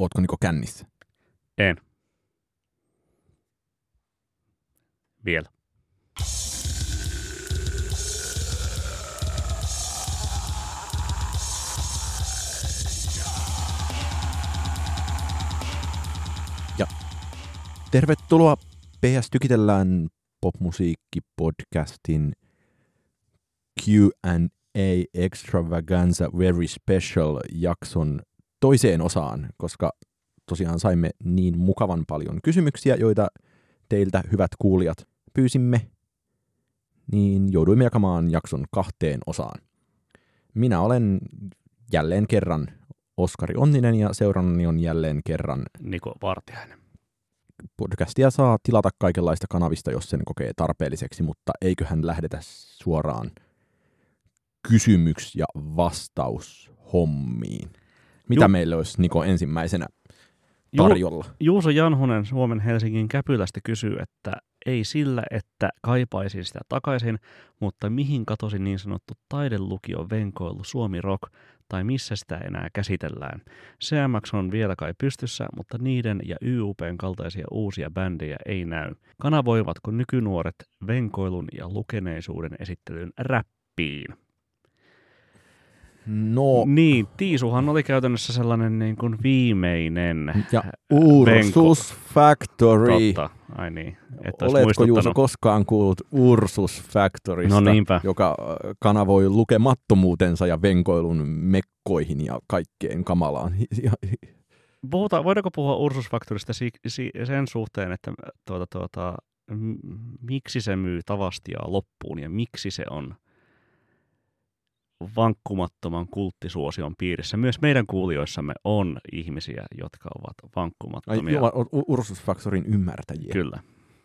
Ootko Niko kännissä? En. Vielä. Ja tervetuloa PS Tykitellään popmusiikkipodcastin Q&A Extravaganza Very Special jakson toiseen osaan, koska tosiaan saimme niin mukavan paljon kysymyksiä, joita teiltä, hyvät kuulijat, pyysimme, niin jouduimme jakamaan jakson kahteen osaan. Minä olen jälleen kerran Oskari Onninen ja seurannani on jälleen kerran Niko Vartiainen. Podcastia saa tilata kaikenlaista kanavista, jos sen kokee tarpeelliseksi, mutta eiköhän lähdetä suoraan kysymys- ja vastaushommiin. Mitä meillä olisi, Niko, ensimmäisenä tarjolla? Juuso Janhunen Suomen Helsingin Käpylästä kysyy, että ei sillä, että kaipaisin sitä takaisin, mutta mihin katosi niin sanottu taidelukio venkoilu Suomi Rock, tai missä sitä enää käsitellään. CMX on vielä kai pystyssä, mutta niiden ja YUPn kaltaisia uusia bändejä ei näy. Kanavoivatko nykynuoret venkoilun ja lukeneisuuden esittelyn räppiin? No. Niin, Tiisuhan oli käytännössä sellainen niin kuin viimeinen ja Ursus Factory. Totta, ai niin. Oletko Juuso koskaan kuullut Ursus Factorysta, joka kanavoi lukemattomuutensa ja venkoilun mekkoihin ja kaikkeen kamalaan? Voidaanko puhua Ursus Factorysta sen suhteen, että miksi se myy Tavastiaa loppuun ja miksi se on vankkumattoman kulttisuosion piirissä. Myös meidän kuulijoissamme on ihmisiä, jotka ovat vankkumattomia. Ursus Factoryn ymmärtäjiä. Kyllä.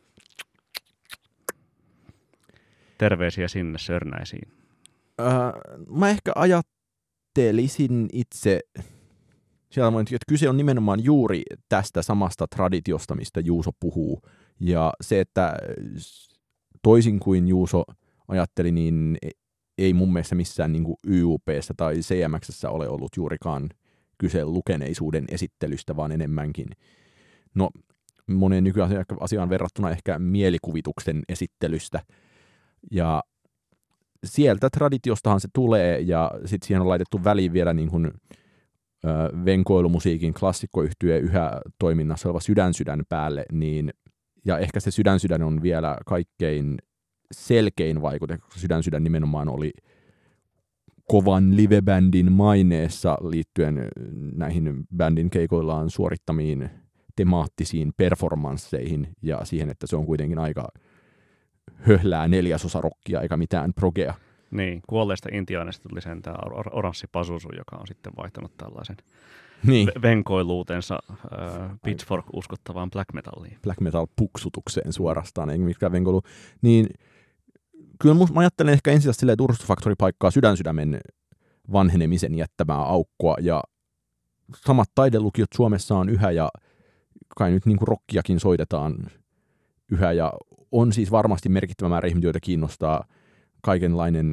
Terveisiä sinne Sörnäisiin. Mä ehkä ajattelisin itse, että kyse on nimenomaan juuri tästä samasta traditiosta, mistä Juuso puhuu. Ja se, että toisin kuin Juuso ajatteli, niin ei mun mielestä missään niin kuin YUP:ssä tai CMX:ssä ole ollut juurikaan kyse lukeneisuuden esittelystä, vaan enemmänkin moneen nykyasiaan verrattuna ehkä mielikuvituksen esittelystä. Ja sieltä traditiostahan se tulee, ja sitten siihen on laitettu väliin vielä niin kuin venkoilumusiikin klassikkoyhtye yhä toiminnassa oleva Sydän päälle, niin, ja ehkä se Sydän on vielä kaikkein selkein vaikute, koska Sydän nimenomaan oli kovan livebändin maineessa liittyen näihin bändin keikoillaan suorittamiin temaattisiin performansseihin ja siihen, että se on kuitenkin aika höhlää neljäsosarokkia eikä mitään progea. Niin, kuolleesta intiaanista tuli sen tämä Oranssi Pazuzu, joka on sitten vaihtanut tällaisen venkoiluutensa Pitchfork-uskottavaan black metalliin. Black metal-puksutukseen suorastaan, eikä mikään venkoilu. Niin kyllä mä ajattelen ehkä ensisijaisesti silleen, että Ursus Factory paikkaa Sydämen vanhenemisen jättämää aukkoa, ja samat taidelukiot Suomessa on yhä, ja kai nyt niin kuin rockiakin soitetaan yhä, ja on siis varmasti merkittävä määrä ihmisiä, joita kiinnostaa kaikenlainen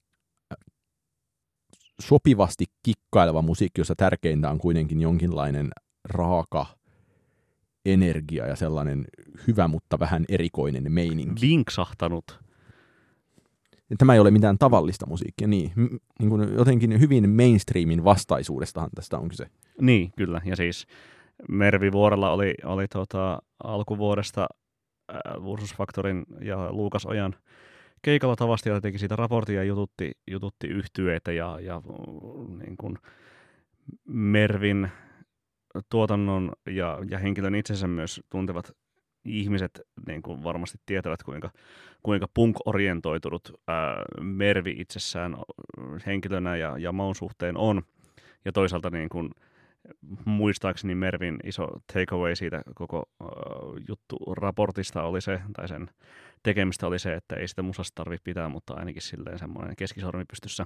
sopivasti kikkaileva musiikki, jossa tärkeintä on kuitenkin jonkinlainen raaka energia ja sellainen hyvä, mutta vähän erikoinen meininki. Vinksahtanut. Tämä ei ole mitään tavallista musiikkia, niin kuin jotenkin hyvin mainstreamin vastaisuudestahan tästä on kyse. Niin, kyllä. Ja siis Mervi Vuorella oli alkuvuodesta Ursus Factoryn ja Luukas Ojan keikalla Tavastialla teki siitä raporttia ja jututti yhtyeitä ja niin kuin Mervin tuotannon ja henkilön itsensä myös tuntevat ihmiset niin kuin varmasti tietävät, kuinka punk-orientoitunut Mervi itsessään henkilönä ja maun suhteen on. Ja toisaalta niin kuin, muistaakseni Mervin iso takeaway siitä koko juttu raportista oli se, tai sen tekemistä oli se, että ei sitä musasta tarvitse pitää, mutta ainakin silleen semmoinen keskisormi pystyssä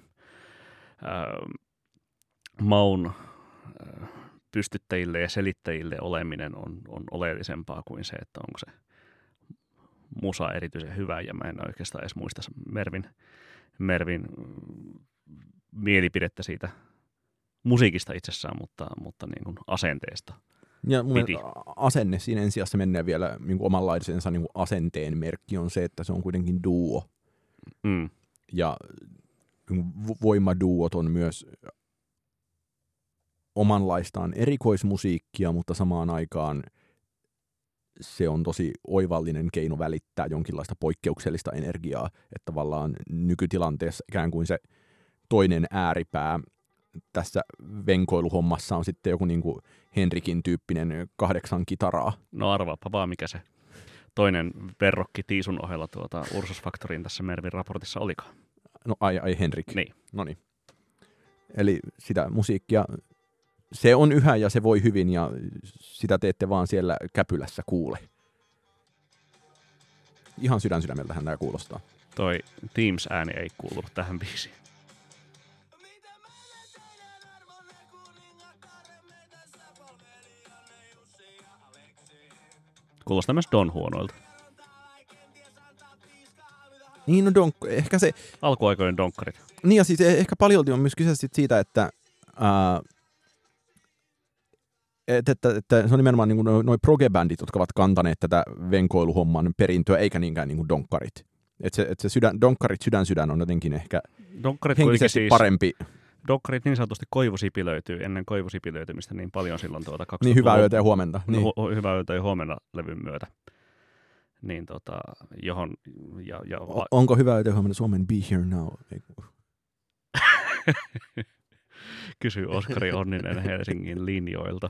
maun pystyttäjille ja selittäjille oleminen on oleellisempaa kuin se, että onko se musa erityisen hyvä, ja mä en oikeastaan edes muista Mervin mielipidettä siitä musiikista itsessään, mutta niin kuin asenteesta. Ja mun asenne siinä ensijassa menee vielä niin omanlaisensa niin asenteen merkki on se, että se on kuitenkin duo. Mm. Ja voimaduot on myös omanlaistaan erikoismusiikkia, mutta samaan aikaan se on tosi oivallinen keino välittää jonkinlaista poikkeuksellista energiaa, että tavallaan nykytilanteessa ikään kuin se toinen ääripää tässä venkoiluhommassa on sitten joku niin kuin Henrikin tyyppinen 8 kitaraa. No arvaappa vaan, mikä se toinen verrokki Tiisun ohella Ursus Factoryin tässä Mervin raportissa olikaan. No ai Henrik. Niin. Noniin. Eli sitä musiikkia, se on yhä ja se voi hyvin ja sitä teette vaan siellä käpylässä kuule. Ihan sydämeltähän tämä kuulostaa. Toi Teams-ääni ei kuulu tähän biisiin. Kuulostaa myös Don huonoilta. Niin, no ehkä se... Alkuaikojen donkkarit. Niin ja siis ehkä paljolti on myös kyse siitä, että se on nimenomaan niin noi proge-bändit, jotka ovat kantaneet tätä venkoiluhomman perintöä, eikä niinkään niin kuin donkkarit. Että se donkkarit sydän on jotenkin ehkä henkisesti siis parempi. Donkkarit niin sanotusti koivusipilöityy ennen koivusipilöitymistä niin paljon silloin 2000-luvun. Niin, hyvää yötä ja huomenta. Niin. Hyvää yötä ja huomenna levyn myötä. Niin johon... Onko hyvää yötä ja huomenna Suomen Be Here Now? Kysy Oskari Onninen Helsingin linjoilta.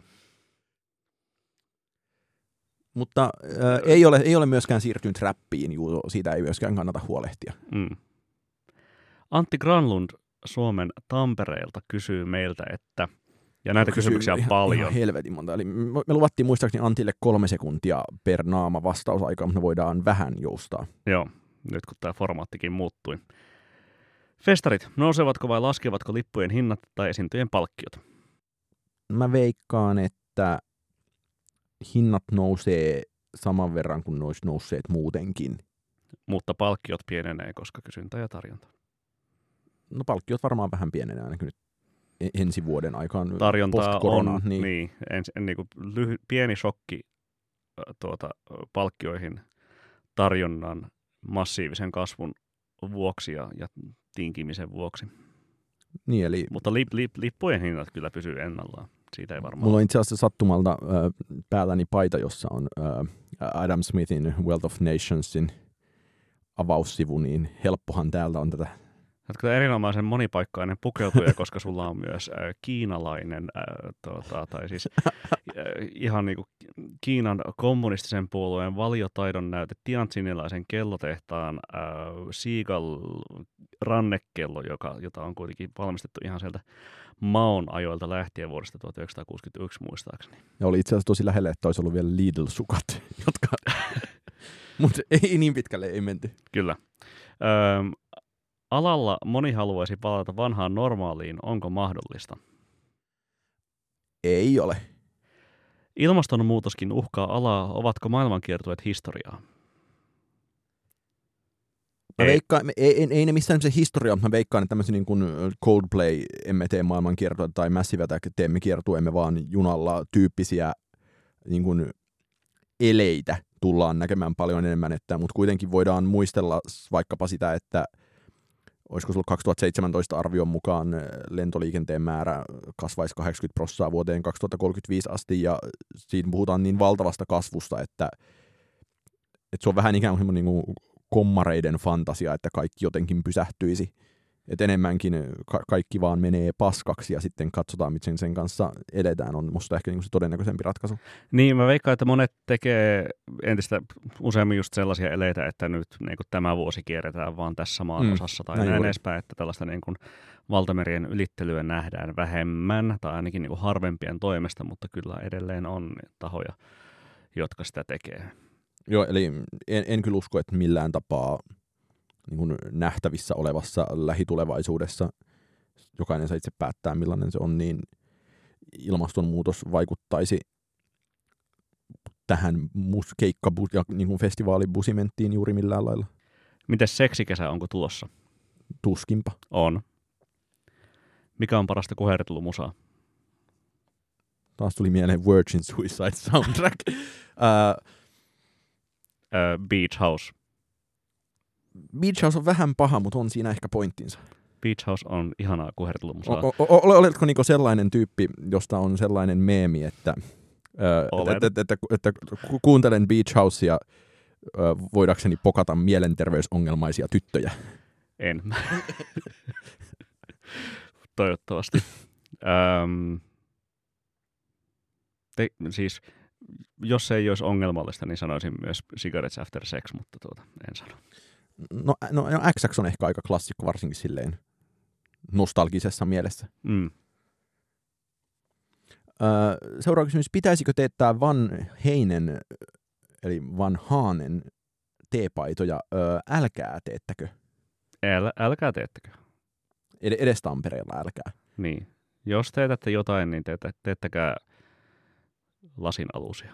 Mutta ei ole myöskään siirtynyt räppiin, siitä ei myöskään kannata huolehtia. Mm. Antti Granlund Suomen Tampereelta kysyy meiltä, että, ja näitä kysymyksiä on paljon. Ihan helvetin monta. Eli me luvattiin muistaakseni Antille 3 sekuntia per naama vastausaikaa, mutta me voidaan vähän joustaa. Joo, nyt kun tämä formaattikin muuttui. Festarit, nousevatko vai laskevatko lippujen hinnat tai esiintyjen palkkiot? Mä veikkaan, että hinnat nousee saman verran kuin ne olisi nousseet muutenkin. Mutta palkkiot pienenee, koska kysyntä ja tarjonta. No palkkiot varmaan vähän pienenee ainakin nyt ensi vuoden aikaan. Tarjontaa on, niin pieni shokki palkkioihin tarjonnan massiivisen kasvun vuoksi ja tinkimisen vuoksi. Niin, eli... Mutta lippujen hinnat kyllä pysyy ennallaan. Siitä ei varmaan. Mulla on itse asiassa sattumalta päälläni paita, jossa on Adam Smithin Wealth of Nationsin avaussivu, niin helppohan täältä on tätä. Oletko erinomaisen monipaikkainen pukeutuja, koska sulla on myös kiinalainen, tai siis ihan niin kuin Kiinan kommunistisen puolueen valiotaidon näyte, tiantsinilaisen kellotehtaan Seagull rannekello, jota on kuitenkin valmistettu ihan sieltä Maon ajoilta lähtien vuodesta 1961 muistaakseni. Ja oli itse asiassa tosi lähelle, että olisi ollut vielä Lidl-sukat, jotka... Mutta ei niin pitkälle ei menty. Kyllä. Alalla moni haluaisi palata vanhaan normaaliin. Onko mahdollista? Ei ole. Ilmastonmuutoskin uhkaa alaa. Ovatko maailmankiertueet historiaa? Ei ne missään se historia, mutta mä veikkaan, että tämmöisen niin kuin Coldplay, emme tee maailmankiertueita tai Massive Attack, teemme kiertueemme vaan junalla tyyppisiä niin kuin eleitä tullaan näkemään paljon enemmän, mutta kuitenkin voidaan muistella vaikkapa sitä, että olisiko se ollut 2017 arvion mukaan lentoliikenteen määrä kasvaisi 80% vuoteen 2035 asti, ja siinä puhutaan niin valtavasta kasvusta, että se on vähän ikään kuin, kommareiden fantasia, että kaikki jotenkin pysähtyisi. Että enemmänkin kaikki vaan menee paskaksi ja sitten katsotaan, miten sen kanssa eletään, on musta ehkä se todennäköisempi ratkaisu. Niin, mä veikkaan, että monet tekee entistä useammin just sellaisia eleitä, että nyt niin kuin tämä vuosi kierretään vaan tässä maanosassa tai näin edespäin, että tällaista niin kuin valtamerien ylittelyä nähdään vähemmän tai ainakin niin kuin harvempien toimesta, mutta kyllä edelleen on tahoja, jotka sitä tekee. Joo, eli en kyllä usko, että millään tapaa niin kuin nähtävissä olevassa lähitulevaisuudessa jokainen saa itse päättää, millainen se on, niin ilmastonmuutos vaikuttaisi tähän keikka- ja niin kuin festivaalibusimenttiin juuri millään lailla. Mites seksikesä, onko tulossa? Tuskinpa. On. Mikä on parasta kuhertelumusaa? Taas tuli mieleen Virgin Suicide soundtrack. Beach House. Beach House on vähän paha, mutta on siinä ehkä pointtinsa. Beach House on ihanaa kuhertelumusaa. Oletko niinku sellainen tyyppi, josta on sellainen meemi, että kuuntelen Beach Housea voidakseni pokata mielenterveysongelmaisia tyttöjä? En. Toivottavasti. Siis, jos se ei olisi ongelmallista, niin sanoisin myös Cigarettes After Sex, mutta en sano. No XX on ehkä aika klassikko, varsinkin silleen nostalgisessa mielessä. Seuraava kysymys. Pitäisikö teettää Van Heinen, eli Van Haanen teepaitoja? Älkää teettäkö. Älkää teettäkö. Edes Tampereella älkää. Niin. Jos teetätte jotain, niin teettäkää lasin alusia.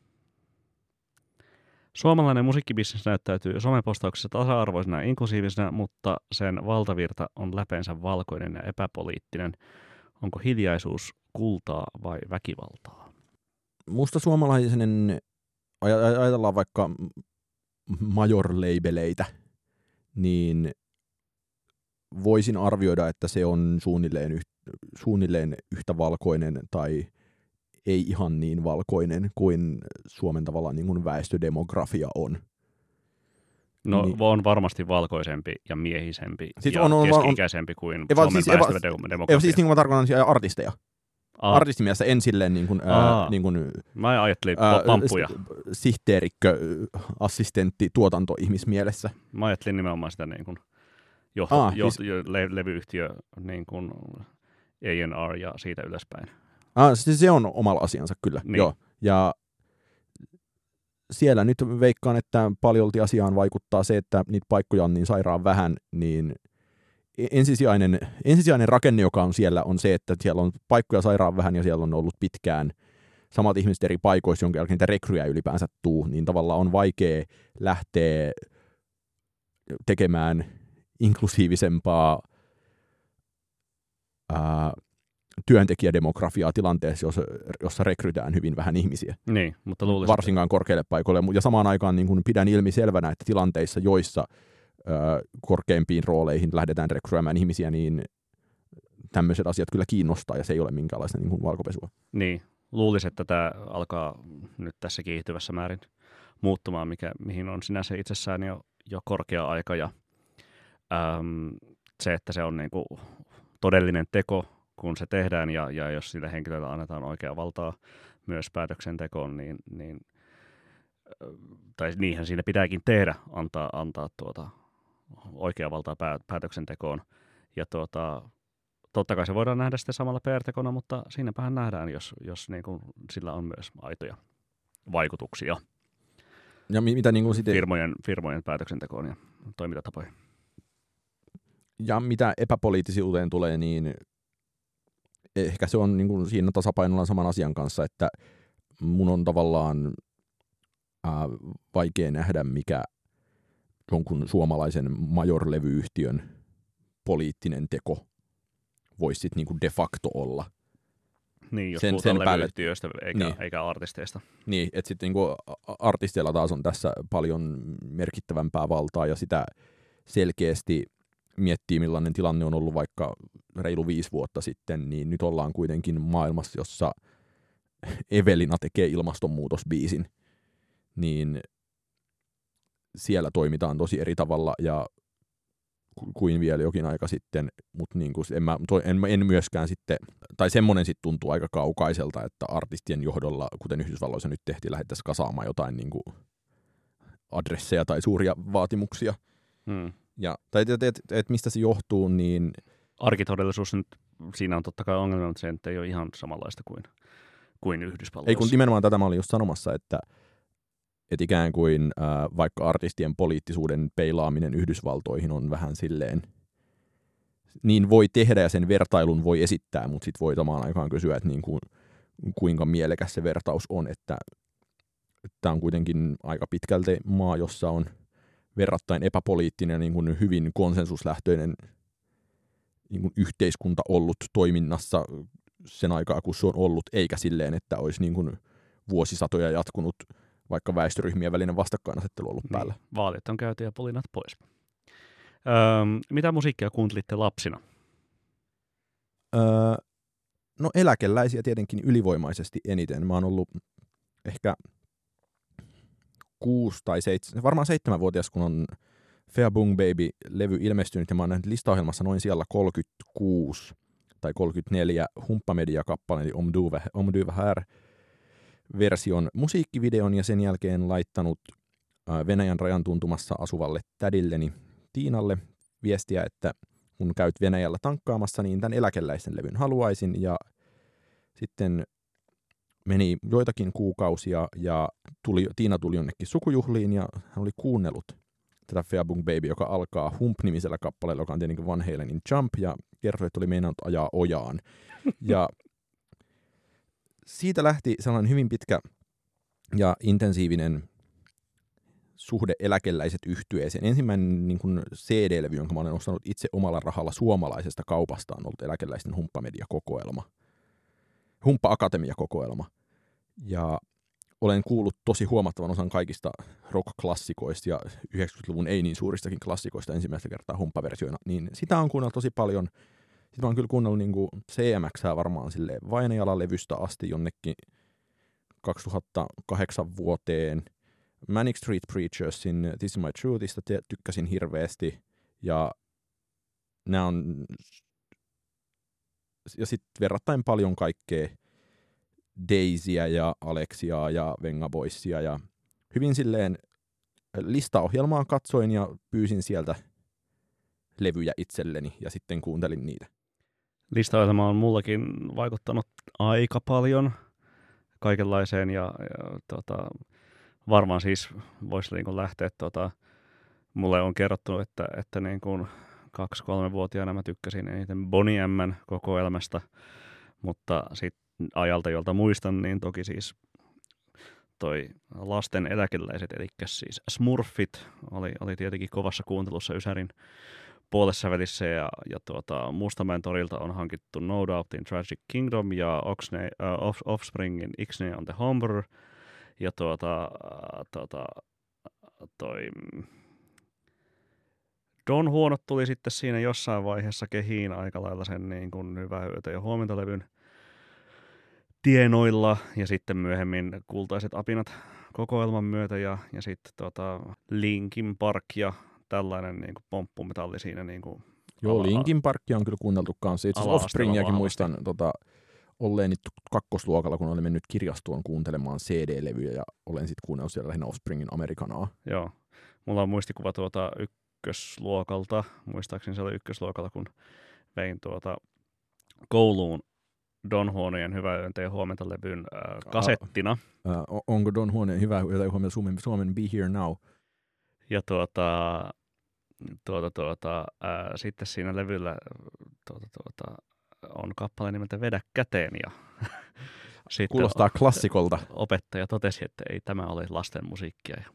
Suomalainen musiikkibisnes näyttäytyy somepostauksessa tasa-arvoisena ja inklusiivisena, mutta sen valtavirta on läpeensä valkoinen ja epäpoliittinen. Onko hiljaisuus kultaa vai väkivaltaa? Musta suomalaisen, ajatellaan vaikka major-labeleitä, niin voisin arvioida, että se on suunnilleen yhtä valkoinen tai ei ihan niin valkoinen kuin Suomen tavallaan niin kuin väestödemografia on. No niin. On varmasti valkoisempi ja miehisempi siis ja keski-ikäisempi kuin Suomen väestödemografia. Siis niin kuin mä tarkoitan artisteja. Artistimielessä en silleen niin kuin mä ajattelin pamppuja. Sihteerikkö, assistentti, tuotantoihmismielessä. Mä ajattelin nimenomaan sitä niin kuin levyyhtiö niin kuin A&R ja siitä ylöspäin. Se on omalla asiansa kyllä, niin. Joo. Ja siellä nyt veikkaan, että paljolti asiaan vaikuttaa se, että niitä paikkoja on niin sairaan vähän, niin ensisijainen rakenne, joka on siellä, on se, että siellä on paikkoja sairaan vähän ja siellä on ollut pitkään samat ihmiset eri paikoissa, jonka jälkeen niitä rekryjä ylipäänsä tuu, niin tavallaan on vaikea lähteä tekemään inklusiivisempaa työntekijädemografiaa tilanteessa, jossa rekrytään hyvin vähän ihmisiä. Niin, mutta luulisin. Varsinkaan korkeille paikoille. Ja samaan aikaan niin kuin pidän ilmiselvänä, että tilanteissa, joissa korkeimpiin rooleihin lähdetään rekryämään ihmisiä, niin tämmöiset asiat kyllä kiinnostaa, ja se ei ole minkäänlaista niin kuin valkopesua. Niin, luulisin, että tämä alkaa nyt tässä kiihtyvässä määrin muuttumaan, mihin on sinänsä itsessään jo korkea aika, ja se, että se on niin kuin todellinen teko, kun se tehdään, ja jos sille henkilölle annetaan oikea valtaa myös päätöksentekoon, niin tai niinhän siinä pitääkin tehdä, antaa oikea valtaa päätöksentekoon. Ja totta kai se voidaan nähdä sitten samalla PR-tekona, mutta siinäpähän nähdään, jos niin kuin sillä on myös aitoja vaikutuksia ja mitä niin kuin firmojen päätöksentekoon ja toimintatapoihin. Ja mitä epäpoliittisuuteen tulee, niin ehkä se on niin kuin siinä tasapainolla saman asian kanssa, että mun on tavallaan vaikea nähdä, mikä jonkun suomalaisen major-levyyhtiön poliittinen teko voisi sitten niin kuin de facto olla. Niin, jos puhutaan levyyhtiöistä eikä artisteista. Niin, että sitten niin kuin artisteilla taas on tässä paljon merkittävämpää valtaa, ja sitä selkeästi miettii, millainen tilanne on ollut vaikka reilu 5 vuotta sitten, niin nyt ollaan kuitenkin maailmassa, jossa Evelina tekee ilmastonmuutosbiisin, niin siellä toimitaan tosi eri tavalla ja kuin vielä jokin aika sitten, mutta niin kuin en myöskään sitten, tai semmoinen sitten tuntuu aika kaukaiselta, että artistien johdolla, kuten Yhdysvalloissa nyt tehtiin, lähdettäisiin kasaamaan jotain niin kuin adresseja tai suuria vaatimuksia. Ja, tai mistä se johtuu, niin arkitodellisuus nyt, siinä on totta kai ongelma, mutta se ei ole ihan samanlaista kuin Yhdysvalloissa. Ei, kun nimenomaan tätä mä olin just sanomassa, että ikään kuin vaikka artistien poliittisuuden peilaaminen Yhdysvaltoihin on vähän silleen, niin voi tehdä ja sen vertailun voi esittää, mutta sitten voi samaan aikaan kysyä, että niin kuin, kuinka mielekäs se vertaus on, että tämä on kuitenkin aika pitkälti maa, jossa on verrattain epäpoliittinen ja niin kuin hyvin konsensuslähtöinen niin kuin yhteiskunta ollut toiminnassa sen aikaa, kun se on ollut, eikä silleen, että olisi niin kuin vuosisatoja jatkunut vaikka väestöryhmien välinen vastakkainasettelu ollut päällä. Niin, vaalit on käyty ja pulinat pois. Mitä musiikkia kuuntelitte lapsina? No eläkeläisiä tietenkin ylivoimaisesti eniten. Mä oon ollut ehkä 6 tai 7, varmaan 7-vuotias, kun on Fair Bung Baby-levy ilmestynyt, ja mä oon nähnyt listaohjelmassa noin siellä 36 tai 34 humppamedia-kappaleen, eli Om du var här version musiikkivideon, ja sen jälkeen laittanut Venäjän rajan tuntumassa asuvalle tädilleni Tiinalle viestiä, että kun käyt Venäjällä tankkaamassa, niin tämän eläkeläisten levyn haluaisin, ja sitten meni joitakin kuukausia, ja Tiina tuli jonnekin sukujuhliin, ja hän oli kuunnellut tätä Fair Bung Baby, joka alkaa Hump-nimisellä kappaleella, joka on tietenkin Van Halenin Jump, ja kertoi, että oli meinannut ajaa ojaan. Ja siitä lähti sellainen hyvin pitkä ja intensiivinen suhde eläkeläiset -yhtyeeseen. Ensimmäinen niin kuin CD-levy, jonka mä olen ostanut itse omalla rahalla suomalaisesta kaupasta, on ollut eläkeläisten humppamedia-kokoelma. Humppa-akatemia-kokoelma. Ja olen kuullut tosi huomattavan osan kaikista rock-klassikoista ja 90-luvun ei niin suuristakin klassikoista ensimmäistä kertaa humppaversioina. Niin sitä on kuunnellut tosi paljon. Sitten mä oon kyllä kuunnellut niin kuin CMX:ää varmaan silleen Vainajala-levystä asti jonnekin 2008 vuoteen. Manic Street Preachersin This is My Truthista tykkäsin hirveästi. Ja nämä on... Ja sitten verrattain paljon kaikkea Daisyä ja Alexiaa ja Venga Boysia ja hyvin silleen listaohjelmaa katsoin ja pyysin sieltä levyjä itselleni ja sitten kuuntelin niitä. Listaohjelma on mullakin vaikuttanut aika paljon kaikenlaiseen ja varmaan siis voisi niin kuin lähteä, mulle on kerrottu, että niin kuin 2-3-vuotiaana mä tykkäsin eniten Boney M:n kokoelmasta, mutta sitten ajalta, jolta muistan, niin toki siis toi lasten eläkeläiset, eli siis Smurfit, oli tietenkin kovassa kuuntelussa Ysärin puolessa välissä, ja Mustamäen torilta on hankittu No Doubtin Tragic Kingdom ja Offspringin Ixnay on the Humber, ja toi Don Huonot tuli sitten siinä jossain vaiheessa kehiin aika lailla sen niin kuin Hyvää yötä ja huomenta-levyn tienoilla, ja sitten myöhemmin Kultaiset apinat kokoelman myötä, ja sitten Linkin Park ja tällainen niin kuin pomppumetalli siinä. Niin kuin Joo, Linkin Parkia on kyllä kuunneltu kanssa. Itse asiassa Offspringiakin muistan olleeni kakkosluokalla, kun olin mennyt kirjastoon kuuntelemaan CD-levyjä, ja olen sitten kuunnellut siellä lähinnä Offspringin Amerikanaa. Joo, mulla on muistikuva ykkösluokalta, muistaakseni se oli ykkösluokalla, kun vein kouluun Don Juanien Hyvää yötä ja huomenta-levyn kasettina. Onko Don Juanien Hyvää yötä ja huomenta Suomen Be Here Now? Ja sitten siinä levyllä on kappale nimeltä Vedä käteen, ja sitten kuulostaa klassikolta. Opettaja totesi, että ei tämä ole lasten musiikkia, ja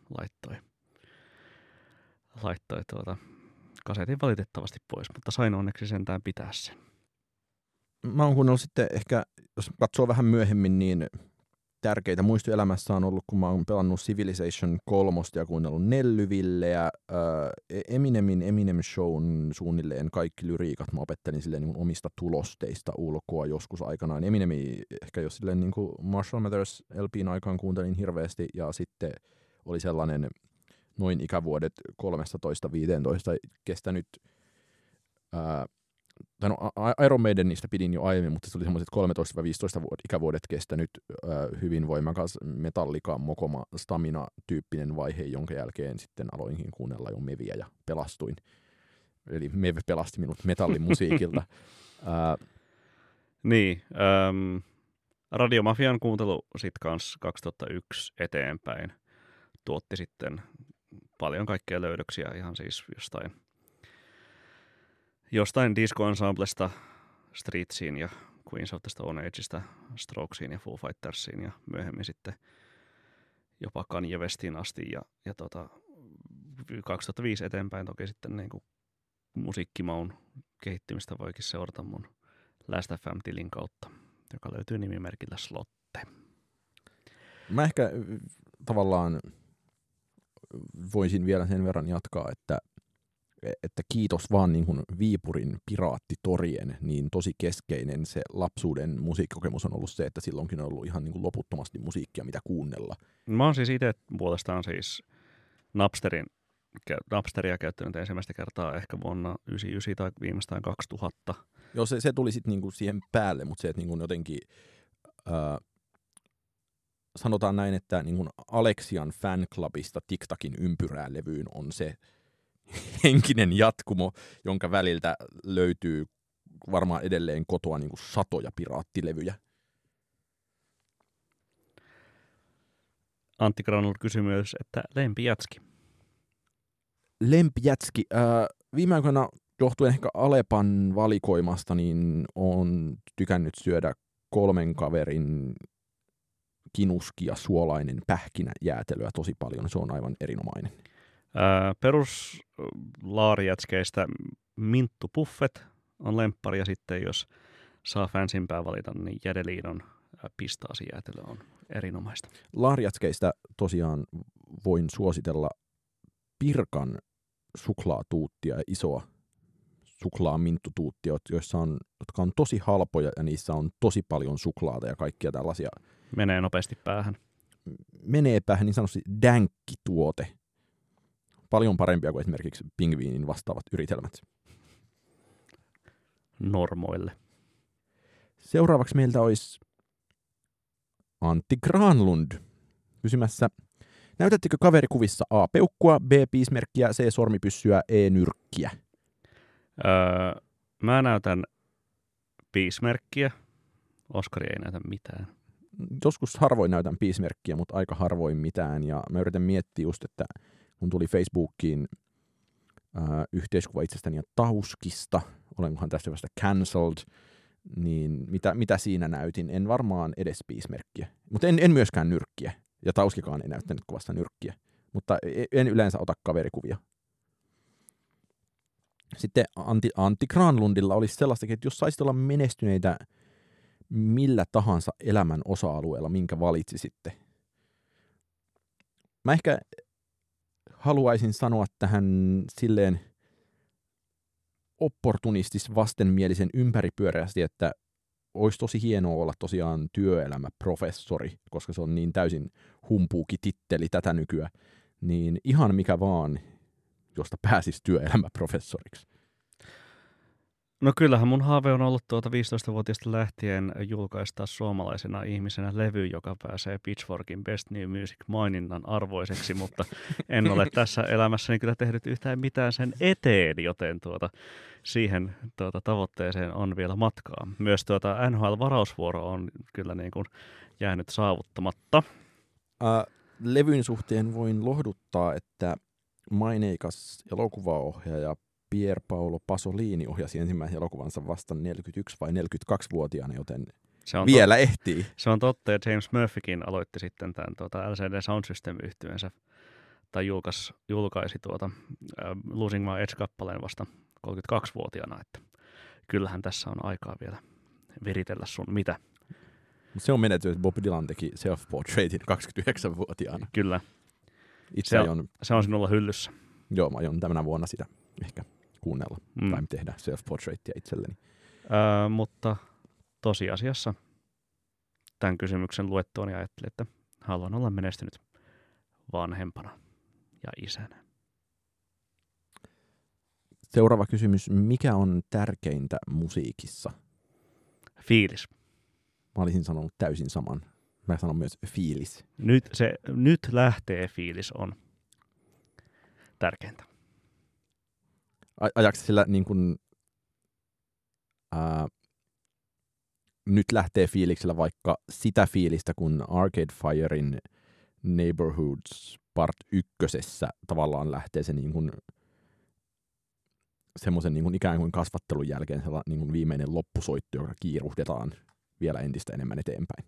laittoi kasetin valitettavasti pois, mutta sain onneksi sentään pitää sen. Mä oon kuunnellut sitten ehkä, jos katsoo vähän myöhemmin, niin tärkeitä muistoelämässä on ollut, kun mä oon pelannut Civilization 3 ja kuunnellut Nellyvilleä, Eminem Shown suunnilleen kaikki lyriikat mä opettelin silleen niin omista tulosteista ulkoa joskus aikanaan. Eminemi ehkä jos silleen niin kuin Marshall Mathers LP:n aikaan kuuntelin hirveästi, ja sitten oli sellainen noin ikävuodet 13-15 kestänyt, Iron Maidenistä pidin jo aiemmin, mutta se oli semmoiset 13-15 ikävuodet kestänyt hyvin voimakas Metallica, Mokoma, Stamina-tyyppinen vaihe, jonka jälkeen sitten aloinkin kuunnella jo Meviä ja pelastuin. Eli Mev pelasti minut metallimusiikilta. Niin, Radiomafian kuuntelu sitten kanssa 2001 eteenpäin tuotti sitten paljon kaikkea löydöksiä ihan siis jostain disco-ensemblesta Streetsiin ja Queens of the Stone Ageista Strokesiin ja Foo Fightersiin ja myöhemmin sitten jopa Kanye Westiin asti ja 2005 eteenpäin toki sitten niin kuin musiikkimaun kehittymistä voikin seurata mun Last.fm-tilin kautta, joka löytyy nimimerkillä Slotte. Mä ehkä tavallaan voisin vielä sen verran jatkaa, että kiitos vaan niin kuin Viipurin Piraattitorien, niin tosi keskeinen se lapsuuden musiikkikokemus on ollut se, että silloinkin on ollut ihan niin kuin loputtomasti musiikkia, mitä kuunnella. Mä oon siis itse puolestaan siis Napsteria käyttänyt ensimmäistä kertaa ehkä vuonna 1999 tai viimeistään 2000. Joo, se tuli sitten niinku siihen päälle, mutta se, että niinku jotenkin sanotaan näin, että niinku Alexian fanclubista TikTokin ympyrää levyyn on se henkinen jatkumo, jonka väliltä löytyy varmaan edelleen kotoa niinku satoja piraattilevyjä. Antti Granul kysyi myös, että lempijätski. Lempijätski. Viime aikoina johtuen ehkä Alepan valikoimasta, niin on tykännyt syödä 3 kaverin kinuski ja suolainen pähkinäjäätelöä tosi paljon. Se on aivan erinomainen. Perus laarijätskeistä Minttu Puffet on lemppari, ja sitten jos saa fansimpää valita, niin Jädeliidon pistaasijäätelö on erinomaista. Laarijätskeistä tosiaan voin suositella Pirkan suklaatuuttia ja isoa suklaaminttutuuttia, jotka on tosi halpoja ja niissä on tosi paljon suklaata ja kaikkia tällaisia. Menee nopeasti päähän. Menee päähän niin sanotusti dänkkituote. Paljon parempia kuin esimerkiksi pingviinin vastaavat yritelmät. Normoille. Seuraavaksi meiltä olisi Antti Granlund kysymässä: näytättekö kaverikuvissa A. peukkua, B. piismerkkiä, C. sormipyssyä, E. nyrkkiä? Mä näytän piismerkkiä. Oskari ei näytä mitään. Joskus harvoin näytän piismerkkiä, mutta aika harvoin mitään. Ja mä yritän miettiä just, että kun tuli Facebookiin yhteiskuva itsestäni ja Tauskista, olenkohan tästä vasta cancelled, niin mitä siinä näytin? En varmaan edes piismerkkiä, mutta en myöskään nyrkkiä. Ja Tauskikaan ei näyttänyt kuvasta nyrkkiä, mutta en yleensä ota kaverikuvia. Sitten Antti Granlundilla olisi sellaistakin, että jos saisit olla menestyneitä millä tahansa elämän osa-alueella, minkä valitsisitte. Mä ehkä haluaisin sanoa tähän silleen opportunistis vastenmielisen ympäripyöreästi, että olisi tosi hienoa olla tosiaan työelämäprofessori, koska se on niin täysin humpuuki titteli tätä nykyä, niin ihan mikä vaan, josta pääsisi työelämäprofessoriksi. No kyllähän mun haave on ollut 15-vuotiaasta lähtien julkaista suomalaisena ihmisenä levy, joka pääsee Pitchforkin Best New Music -maininnan arvoiseksi, mutta en ole tässä elämässäni kyllä tehnyt yhtään mitään sen eteen, joten siihen tavoitteeseen on vielä matkaa. Myös NHL-varausvuoro on kyllä niin kuin jäänyt saavuttamatta. Levyn suhteen voin lohduttaa, että maineikas elokuvaohjaaja Pier Paolo Pasolini ohjasi ensimmäisen elokuvansa vasta 41- vai 42-vuotiaana, joten vielä ehtii. Se on totta, ja James Murphykin aloitti sitten tämän LCD Sound System-yhtyensä, tai julkaisi Losing My Edge-kappaleen vasta 32-vuotiaana, että kyllähän tässä on aikaa vielä viritellä sun mitä. Se on menetty, että Bob Dylan teki Self-Portraitin 29-vuotiaana. Kyllä. Se on sinulla hyllyssä. Joo, mä aion tämänä vuonna sitä ehkä kuunnella tai tehdä self-portraitia itselleni. Mutta tosiasiassa tämän kysymyksen luettuani ajattelin, että haluan olla menestynyt vanhempana ja isänä. Seuraava kysymys. Mikä on tärkeintä musiikissa? Fiilis. Mä olisin sanonut täysin saman. Mä sanon myös fiilis. Nyt lähtee fiilis on tärkeintä. Ajaksi sillä niin kuin, nyt lähtee fiiliksellä vaikka sitä fiilistä, kun Arcade Firein Neighborhoods Part 1 tavallaan lähtee se niin kuin, semmoisen niin kuin ikään kuin kasvattelun jälkeen niin kuin viimeinen loppusoitto, joka kiiruhdetaan vielä entistä enemmän eteenpäin.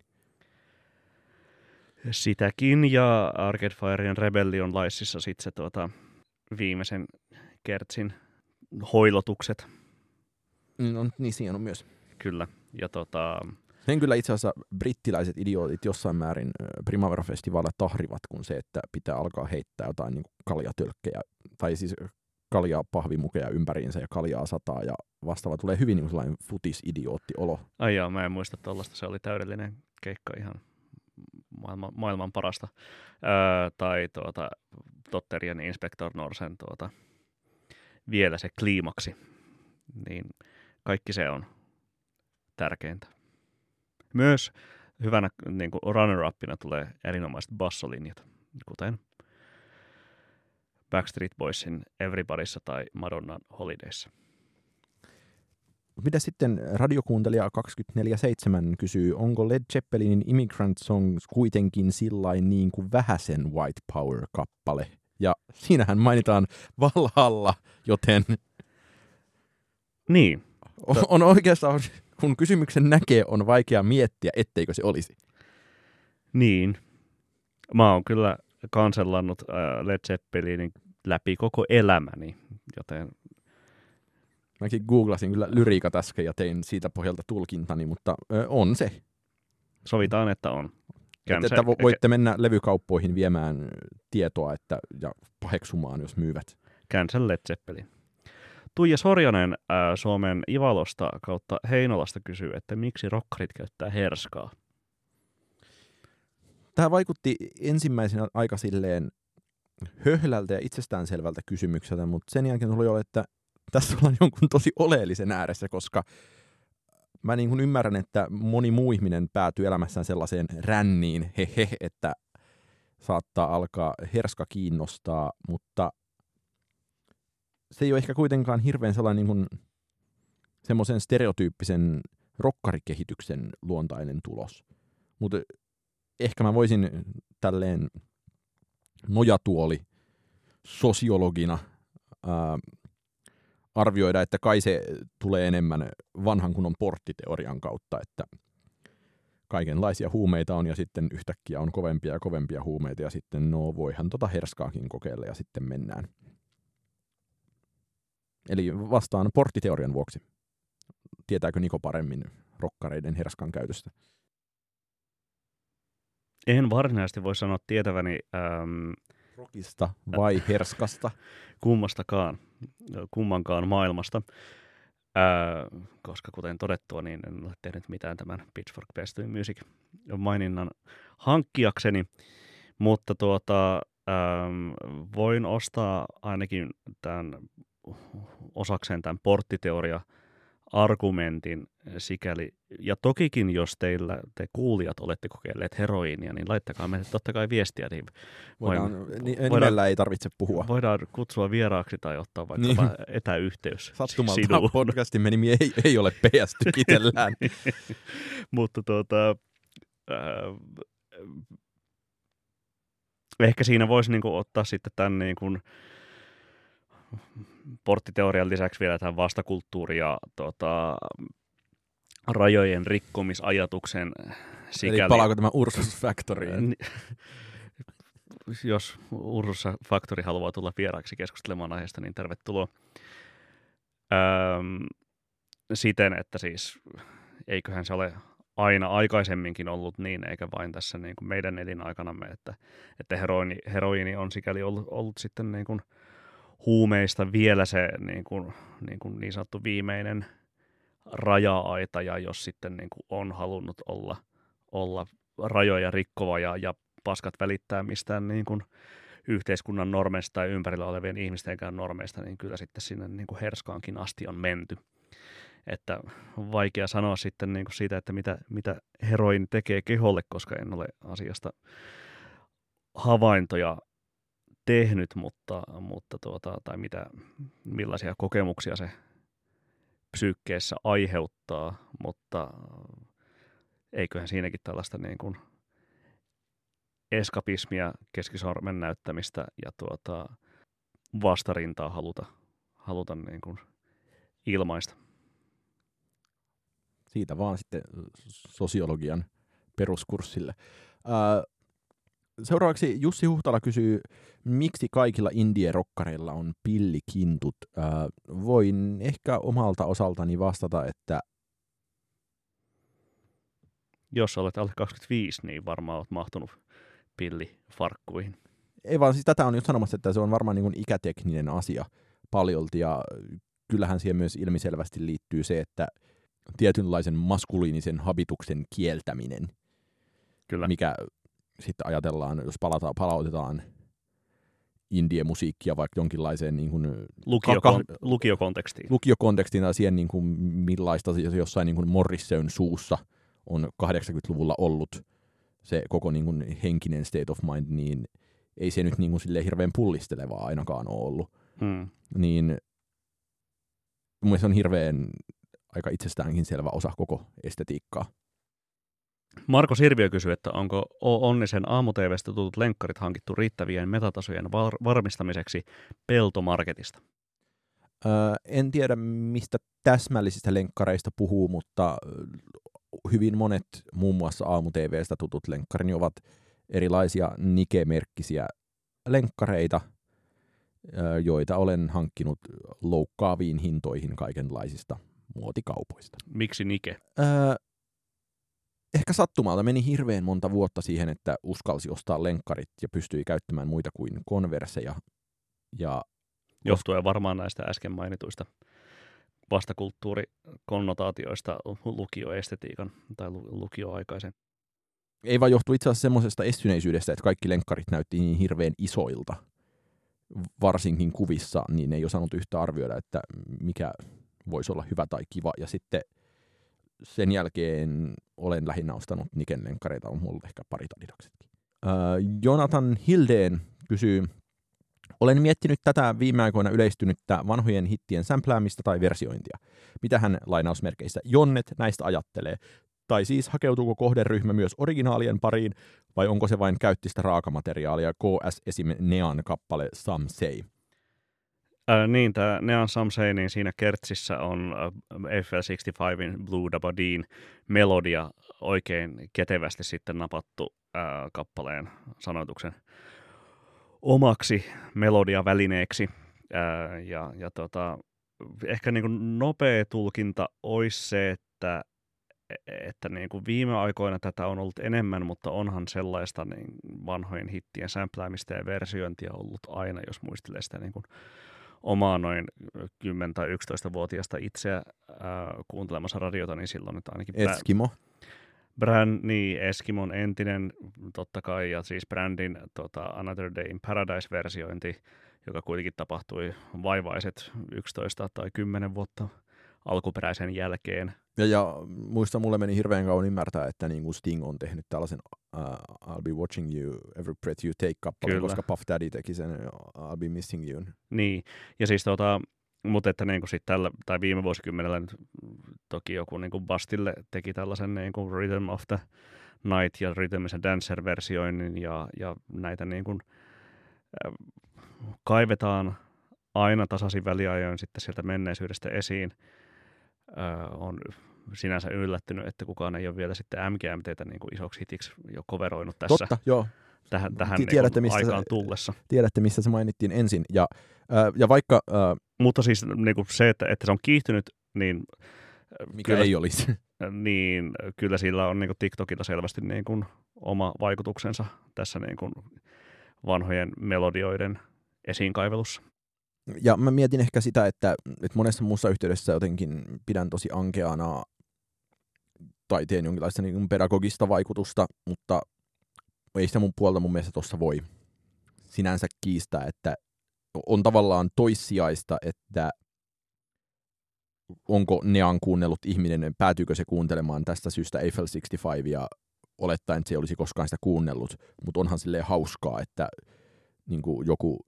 Sitäkin, ja Arcade Firein Rebellion Lightsissa sitten se viimeisen kertsin hoilotukset Niin siinä on myös. Kyllä. Ja Sen kyllä itse asiassa brittiläiset idiootit jossain määrin Primavera-festivaalilla tahrivat, kun se, että pitää alkaa heittää jotain niin kaljatölkkejä, tai siis kaljaa pahvimukeja ympäriinsä ja kaljaa sataa ja vastaava. Tulee hyvin niin sellainen futis-idiootti-olo. Ai joo, mä en muista tollaista. Se oli täydellinen keikka, ihan maailman parasta. Tai Totterien Inspector Norsen vielä se kliimaksi. Niin kaikki se on tärkeintä. Myös hyvänä niin kuin runner-upina tulee erinomaiset bassolinjat, kuten Backstreet Boysin Everybodyssa tai Madonnan Holidayssa. Mitä sitten radiokuuntelija 24/7 kysyy, onko Led Zeppelinin Immigrant Songs kuitenkin sillain niin kuin vähäsen White Power-kappale? Ja siinähän mainitaan Valhalla, joten niin. On oikeastaan, kun kysymyksen näkee, on vaikea miettiä, etteikö se olisi. Niin. Mä oon kyllä kansellannut Led Zeppelinin läpi koko elämäni, joten mäkin googlasin kyllä lyriikat äsken ja tein siitä pohjalta tulkintani, mutta on se. Sovitaan, että on. Että voitte mennä levykauppoihin viemään tietoa ja paheksumaan, jos myyvät. Cancel Led Zeppelin. Tuija Sorjonen Suomen Ivalosta kautta Heinolasta kysyy, että miksi rokkarit käyttää herskaa? Tämä vaikutti ensimmäisenä aika silleen höhlältä ja itsestäänselvältä kysymykseltä, mutta sen jälkeen tuli jo, että tässä ollaan jonkun tosi oleellisen ääressä, koska mä niin kuin ymmärrän, että moni muu ihminen päätyy elämässään sellaiseen ränniin, että saattaa alkaa herska kiinnostaa, mutta se ei ole ehkä kuitenkaan hirveän sellainen niin kuin semmoisen stereotyyppisen rokkarikehityksen luontainen tulos. Mutta ehkä mä voisin tälleen nojatuoli sosiologina arvioida, että kai se tulee enemmän vanhan kunnon porttiteorian kautta, että kaikenlaisia huumeita on ja sitten yhtäkkiä on kovempia ja kovempia huumeita ja sitten no voihan herskaakin kokeilla ja sitten mennään. Eli vastaan porttiteorian vuoksi. Tietääkö Niko paremmin rokkareiden herskan käytöstä? En varsinaisesti voi sanoa tietäväni rokista vai herskasta? Kummankaan maailmasta. Koska kuten todettua, niin en ole tehnyt mitään tämän Pitchfork Best in Music maininnan hankkiakseni, mutta voin ostaa ainakin tämän osakseen tämän porttiteoria-argumentin sikäli. Ja tokikin, jos te kuulijat olette kokeilleet heroiinia, niin laittakaa meille totta kai viestiä. Niin nimellä ei tarvitse puhua. Voidaan kutsua vieraaksi tai ottaa vaikka etäyhteys. Sattumalta podcastimme nimi ei ole PS Tykitellään. Mutta ehkä siinä voisi niinku ottaa sitten tämän niinku porttiteorian lisäksi vielä tämän vastakulttuuri- ja rajojen rikkomisajatuksen sikäli. Eli palaako tämä Ursus Factoryin? Jos Ursus Factory haluaa tulla vieraaksi keskustelemaan aiheesta, niin tervetuloa. Siten, että siis eiköhän se ole aina aikaisemminkin ollut niin, eikä vain tässä niin kuin meidän elinaikanamme, että heroiini on sikäli ollut sitten niin kuin huumeista vielä se niin sanottu viimeinen raja-aita, ja jos sitten niin kuin on halunnut olla rajoja rikkova ja paskat välittää mistään niin kuin yhteiskunnan normeista tai ympärillä olevien ihmistenkään normeista, niin kyllä sitten sinne niin kuin herskaankin asti on menty. Että vaikea sanoa sitten niin kuin siitä, että mitä heroin tekee keholle, koska en ole asiasta havaintoja tehnyt, tai millaisia kokemuksia se psyykkeessä aiheuttaa, mutta eiköhän siinäkin tällaista niin kuin eskapismia, keskisormen näyttämistä ja vastarintaa haluta niin kuin ilmaista. Siitä vaan sitten sosiologian peruskurssille. Seuraavaksi Jussi Huhtala kysyy, miksi kaikilla indie-rokkareilla on pillikintut. Voin ehkä omalta osaltani vastata, että Jos olet alle 25, niin varmaan olet mahtunut pillifarkkuihin. ei vaan siis tätä on just sanomassa, että se on varmaan niin kuin ikätekninen asia paljolti, ja kyllähän siihen myös ilmiselvästi liittyy se, että tietynlaisen maskuliinisen habituksen kieltäminen, Kyllä. mikä sitten ajatellaan, jos palautetaan indie-musiikkia vaikka jonkinlaiseen niin kuin lukiokontekstiin. Lukiokontekstiin tai siihen, niin kuin millaista jossain niin kuin Morrison suussa on 80-luvulla ollut se koko niin kuin henkinen state of mind, niin ei se nyt niin kuin silleen hirveän pullistelevaa ainakaan ole ollut. Niin mun mielestä on hirveän aika itsestäänkin selvä osa koko estetiikkaa. Marko Sirviö kysyy, että onko O. Onnisen aamu-tv:stä tutut lenkkarit hankittu riittävien metatasojen varmistamiseksi Peltomarketista? En tiedä, mistä täsmällisistä lenkkareista puhuu, mutta hyvin monet muun muassa aamu-tv:stä tutut lenkkarini ovat erilaisia Nike-merkkisiä lenkkareita, joita olen hankkinut loukkaaviin hintoihin kaikenlaisista muotikaupoista. Miksi Nike? Ehkä sattumalta meni hirveän monta vuotta siihen, että uskalsi ostaa lenkkarit ja pystyi käyttämään muita kuin Converseja. Johtuen varmaan näistä äsken mainituista vastakulttuurikonnotaatioista lukioestetiikan tai lukioaikaisen. Ei vaan johtu itse asiassa semmoisesta estyneisyydestä, että kaikki lenkkarit näytti niin hirveän isoilta, varsinkin kuvissa, niin ei osannut yhtä arvioida, että mikä voisi olla hyvä tai kiva. Ja sitten sen jälkeen olen lähinnä ostanut Niken lenkkareita, on mulla ehkä parit Adidaksetkin. Jonathan Hildeen kysyy, olen miettinyt tätä viime aikoina yleistynyttä vanhojen hittien sämpläämistä tai versiointia. Mitä hän lainausmerkeissä Jonnet näistä ajattelee? Tai siis hakeutuuko kohderyhmä myös originaalien pariin, vai onko se vain käyttistä raakamateriaalia? KS esim. Nean kappale Some Say. Niin, tämä Nean Some Say, niin siinä kertsissä on FL65in Blue Dabadeen melodia oikein ketevästi sitten napattu kappaleen sanoituksen omaksi melodiavälineeksi. Ehkä niin kuin nopea tulkinta olisi se, että niin kuin viime aikoina tätä on ollut enemmän, mutta onhan sellaista niin vanhojen hittien sämpläämistä ja versiointia ollut aina, jos muistelee sitä niin kuin omaa noin 10- tai 11-vuotiaasta itseä kuuntelemassa radiota, niin silloin nyt ainakin Eskimo. Niin, Eskimon entinen totta kai, ja siis brändin Another Day in Paradise-versiointi, joka kuitenkin tapahtui vaivaiset 11 tai 10 vuotta alkuperäisen jälkeen. Ja muista, mulle meni hirveän kauan ymmärtää, että niin kuin Sting on tehnyt tällaisen I'll be watching you, every breath you take -kappaleen, koska Puff Daddy teki sen I'll be missing you. Niin, ja siis mutta että niin kuin sit tällä, tai viime vuosikymmenellä nyt toki joku niin kuin Bastille teki tällaisen niin kuin Rhythm of the Night ja Rhythm is a Dancer-versioinnin, ja näitä niin kuin kaivetaan aina tasaisin väliajoin sitten sieltä menneisyydestä esiin. On sinänsä yllättynyt, että kukaan ei ole vielä sitten MGMTtä niin kuin isoksi hitiksi jo coveroinut tässä. Totta, joo. Tähän tiedätte, niin aikaan tullessa. Tiedätte, missä se mainittiin ensin. Ja vaikka... Mutta siis niin kuin se, että se on kiihtynyt, niin... Mikä kyllä, ei olisi. Niin kyllä sillä on niin kuin TikTokilla selvästi niin kuin oma vaikutuksensa tässä niin kuin vanhojen melodioiden esiinkaivelussa. Ja mä mietin ehkä sitä, että monessa muussa yhteydessä jotenkin pidän tosi ankeana taiteen jonkinlaista niin kuin pedagogista vaikutusta, mutta ei sitä mun puolta mun mielestä tuossa voi sinänsä kiistää, että on tavallaan toissijaista, että onko Nean kuunnellut ihminen, päätyykö se kuuntelemaan tästä syystä Eiffel 65 ja olettaen, että se ei olisi koskaan sitä kuunnellut, mutta onhan silleen hauskaa, että niin kuin joku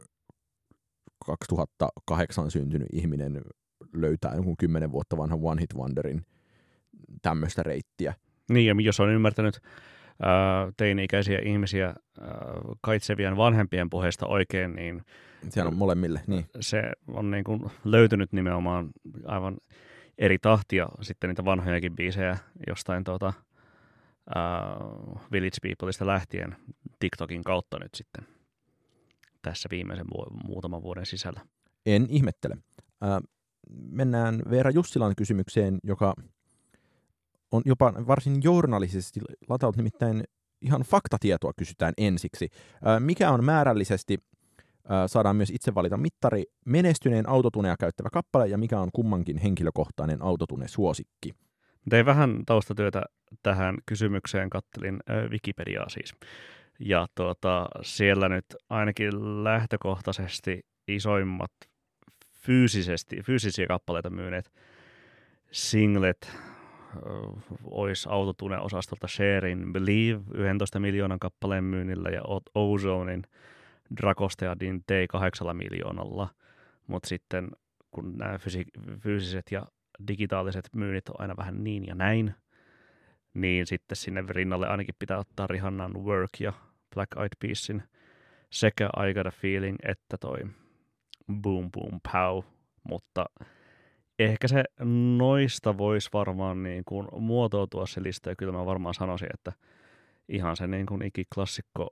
2008 syntynyt ihminen löytää jonkun 10 vuotta vanhan One Hit Wonderin tämmöistä reittiä. Niin, ja jos on ymmärtänyt teini-ikäisiä ihmisiä kaitsevien vanhempien puheista oikein, niin sehän on molemmille, niin. Se on niin kuin löytynyt nimenomaan aivan eri tahtia sitten niitä vanhojakin biisejä jostain Village Peopleista lähtien. TikTokin kautta nyt sitten tässä viimeisen muutaman vuoden sisällä. En ihmettele. Mennään Veera Jussilan kysymykseen, joka on jopa varsin journalisesti lataut, nimittäin ihan faktatietoa kysytään ensiksi. Mikä on määrällisesti, saadaan myös itse valita mittari, menestyneen autotunea käyttävä kappale, ja mikä on kummankin henkilökohtainen autotune-suosikki? Tein vähän taustatyötä tähän kysymykseen, kattelin Wikipediaa siis. Ja siellä nyt ainakin lähtökohtaisesti isoimmat fyysisiä kappaleita myyneet singlet olisi autotune-osastolta Sharein Believe 11 miljoonan kappaleen myynnillä ja Ozonein Dragostea Dintei 8 miljoonalla. Mutta sitten kun nämä fyysiset ja digitaaliset myynnit on aina vähän niin ja näin, niin sitten sinne rinnalle ainakin pitää ottaa Rihannan Work ja Black Eyed Peasin sekä I Got a Feeling että toi Boom Boom Pow, mutta ehkä se noista voisi varmaan niin kuin muotoutua se lista, ja kyllä mä varmaan sanoisin, että ihan se niin kuin ikiklassikko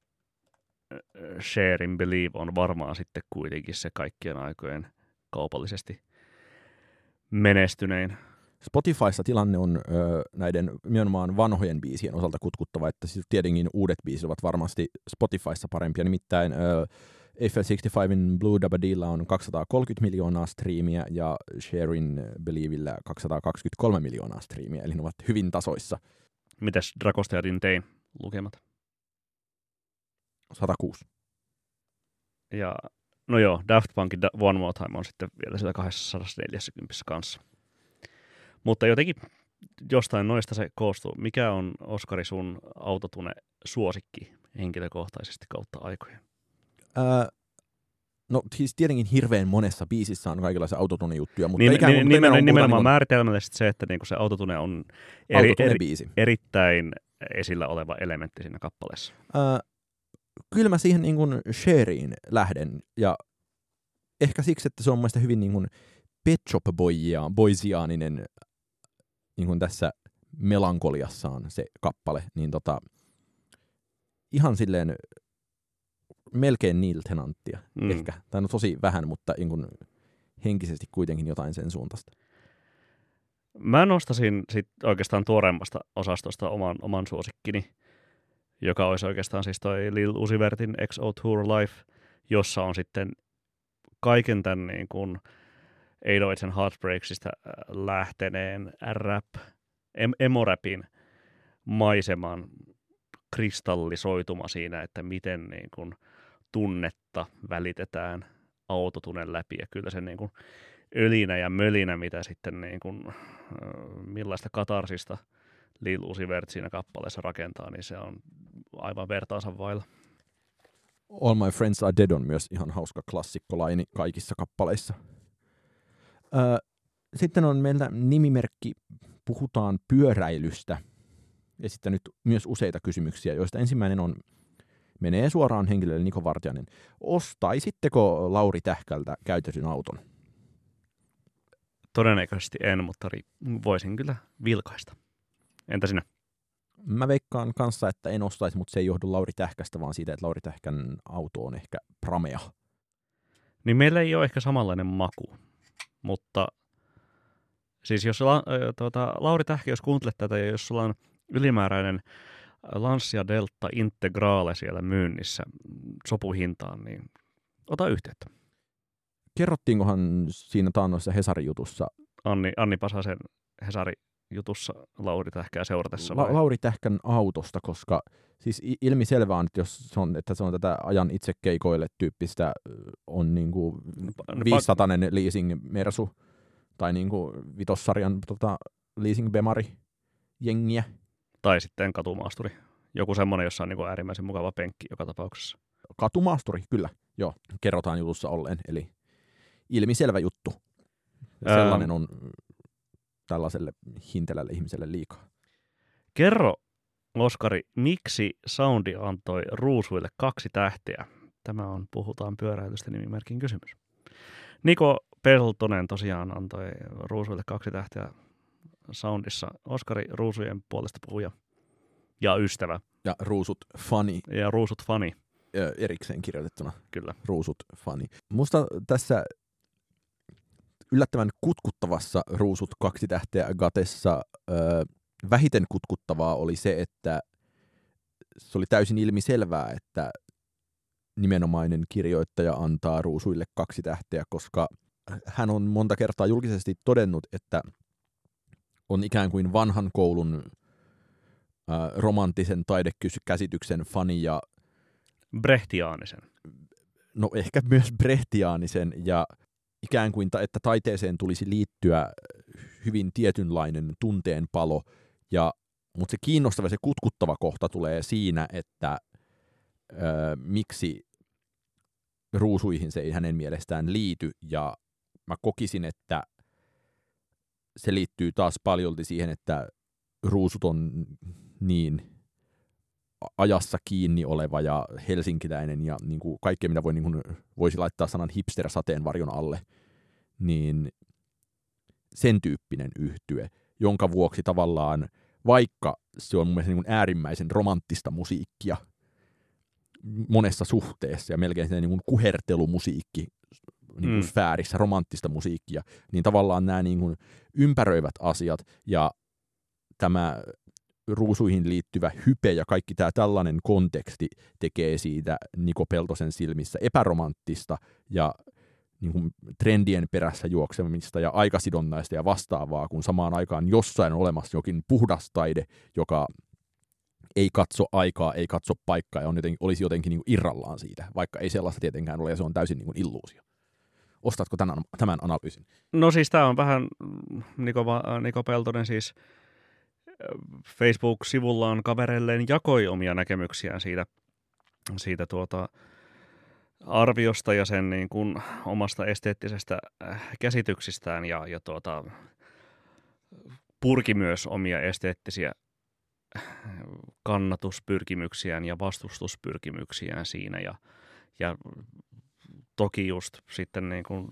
Share in Believe on varmaan sitten kuitenkin se kaikkien aikojen kaupallisesti menestynein. Spotifyssa tilanne on näiden nimenomaan vanhojen biisien osalta kutkuttava, että siis tietenkin uudet biisit ovat varmasti Spotifyssa parempia, nimittäin Eiffel 65in Blue Dabadilla on 230 miljoonaa striimiä ja Sharein Believillä 223 miljoonaa striimiä, eli ne ovat hyvin tasoissa. Mites Dragostea Dintein lukemat? 106. Ja no joo, Daft Punkin One More Time on sitten vielä siellä 240 kanssa. Mutta jotenkin jostain noista se koostuu. Mikä on, Oskari, sun autotune-suosikki henkilökohtaisesti kautta aikojen? No siis tietenkin hirveän monessa biisissä on kaikenlaisia autotune-juttuja, mutta nimenomaan määritelmällisesti se, että niinku se autotune on erittäin esillä oleva elementti siinä kappaleessa. Kyllä mä siihen niin kuin Shareen lähden, ja ehkä siksi, että se on mielestäni hyvin niin kuin Pet Shop Boysiaaninen niin kuin tässä melankoliassaan se kappale, niin ihan silleen melkein Neil Tennanttia ehkä. Tai no tosi vähän, mutta niin kuin henkisesti kuitenkin jotain sen suuntaista. Mä nostasin sit oikeastaan tuoreemmasta osastosta oman suosikkini, joka olisi oikeastaan siis toi Lil Uzi Vertin XO Tour Life, jossa on sitten kaiken tämän niin kuin 808s and Heartbreaksista lähteneen emo-rapin maiseman kristallisoituma siinä, että miten niin kuin tunnetta välitetään autotunen läpi, ja kyllä se niin kuin ölinä ja mölinä, mitä sitten niin kuin, millaista katarsista Lil Uzi Vert siinä kappaleessa rakentaa, niin se on aivan vertaansa vailla. All My Friends Are Dead on myös ihan hauska klassikkolaini kaikissa kappaleissa. Sitten on meillä nimimerkki Puhutaan pyöräilystä. Esittänyt myös useita kysymyksiä, joista ensimmäinen menee suoraan henkilölle Niko Vartiainen. Ostaisitteko Lauri Tähkältä käytetyn auton? Todennäköisesti en, mutta voisin kyllä vilkaista. Entä sinä? Mä veikkaan kanssa, että en ostaisi, mutta se ei johdu Lauri Tähkästä, vaan siitä, että Lauri Tähkän auto on ehkä pramea. Niin meillä ei ole ehkä samanlainen maku, mutta siis jos Lauri Tähkä, jos kuuntelet tätä ja jos sulla on ylimääräinen Lancia Delta Integrale siellä myynnissä sopuhintaan, niin ota yhteyttä. Kerrottiinkohan siinä taannoissa Hesari-jutussa? Anni Pasasen Hesari-jutussa Lauri Tähkää seuratessa. Lauri Tähkän autosta, koska siis ilmiselvää on, että se on tätä ajan itse keikoille tyyppistä, on niinku 500 leasing Mersu tai niinku vitossarjan leasing Bemari jengiä. Tai sitten katumaasturi. Joku semmoinen, jossa on niinku äärimmäisen mukava penkki joka tapauksessa. Katumaasturi, kyllä. Joo, kerrotaan jutussa olleen. Eli ilmiselvä juttu. Sellainen on tällaiselle hintelälle ihmiselle liikaa. Kerro, Oskari, miksi Soundi antoi Ruusuille 2 tähteä? Tämä on Puhutaan pyöräilystä -nimimerkin kysymys. Niko Peltonen tosiaan antoi Ruusuille 2 tähteä Soundissa. Oskari, Ruusujen puolesta puhuja. Ja ystävä. Ja Ruusut fani. Ja Ruusut fani. Erikseen kirjoitettuna. Kyllä. Ruusut fani. Musta tässä yllättävän kutkuttavassa Ruusut 2 tähteä Gatessa vähiten kutkuttavaa oli se, että se oli täysin ilmiselvää, että nimenomainen kirjoittaja antaa Ruusuille 2 tähteä, koska hän on monta kertaa julkisesti todennut, että on ikään kuin vanhan koulun romanttisen taidekäsityksen fani ja Brechtiaanisen. No ehkä myös brechtiaanisen ja ikään kuin, että taiteeseen tulisi liittyä hyvin tietynlainen tunteenpalo, mutta se kiinnostava, se kutkuttava kohta tulee siinä, että miksi Ruusuihin se ei hänen mielestään liity, ja mä kokisin, että se liittyy taas paljolti siihen, että Ruusut on niin ajassa kiinni oleva ja helsinkiläinen ja niin kuin kaikkea, mitä voisi laittaa sanan hipster sateenvarjon alle, niin sen tyyppinen yhtye, jonka vuoksi tavallaan, vaikka se on mun mielestä niin kuin äärimmäisen romanttista musiikkia monessa suhteessa ja melkein niin kuin kuhertelumusiikki niin kuin sfäärissä, romanttista musiikkia, niin tavallaan nämä niin kuin ympäröivät asiat ja tämä Ruusuihin liittyvä hype ja kaikki tämä tällainen konteksti tekee siitä Niko Peltosen silmissä epäromanttista ja niin kuin trendien perässä juoksemista ja aikasidonnaista ja vastaavaa, kun samaan aikaan jossain on olemassa jokin puhdas taide, joka ei katso aikaa, ei katso paikkaa ja olisi jotenkin niin kuin irrallaan siitä, vaikka ei sellaista tietenkään ole ja se on täysin niin kuin illuusio. Ostatko tämän analyysin? No siis tämä on vähän, Niko Peltonen siis Facebook-sivullaan kavereilleen jakoi omia näkemyksiään siitä arviosta ja sen niin kuin omasta esteettisestä käsityksistään ja purki myös omia esteettisiä kannatuspyrkimyksiään ja vastustuspyrkimyksiään siinä ja toki just sitten niin kuin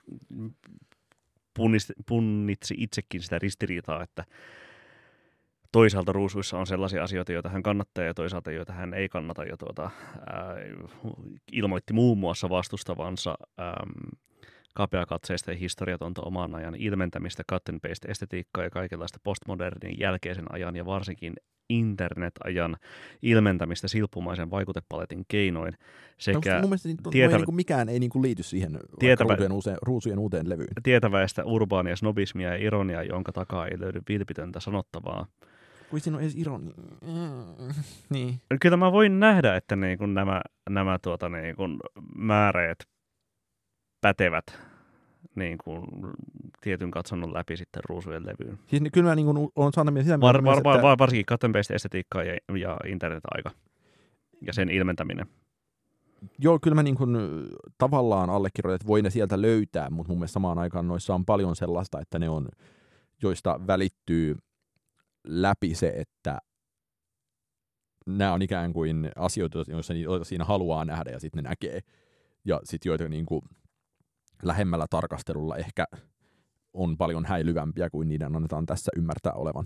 punnitsi itsekin sitä ristiriitaa, että toisaalta Ruusuissa on sellaisia asioita, joita hän kannattaa ja toisaalta joita hän ei kannata ja ilmoitti muun muassa vastustavansa kapeakatseista ja historiatonta oman ajan ilmentämistä, cut and paste estetiikkaa ja kaikenlaista postmodernin jälkeisen ajan ja varsinkin internet-ajan ilmentämistä silppumaisen vaikutepaletin keinoin sekä mun mielestä mikään ei liity siihen Ruusujen uuteen levyyn. Tietäväistä urbaania snobismia ja ironiaa, jonka takaa ei löydy vilpitöntä sanottavaa. Kuin siinä on edes ironia. Niin. Kyllä mä voin nähdä, että niin kun nämä niin kun määreet pätevät niin kuin tietyn katsonnon läpi sitten Ruusujen levyyn. Siis kyllä mä niin olen saanut mieltä sitä varsinkin cut and paste estetiikkaa ja internet-aika ja sen ilmentäminen. Joo, kyllä mä niin kuin tavallaan allekirjoitan, että voi ne sieltä löytää, mutta mun mielestä samaan aikaan noissa on paljon sellaista, että ne on, joista välittyy läpi se, että nämä on ikään kuin asioita, joita siinä haluaa nähdä ja sitten ne näkee. Ja sitten joita niin kuin lähemmällä tarkastelulla ehkä on paljon häilyvämpiä kuin niiden annetaan tässä ymmärtää olevan.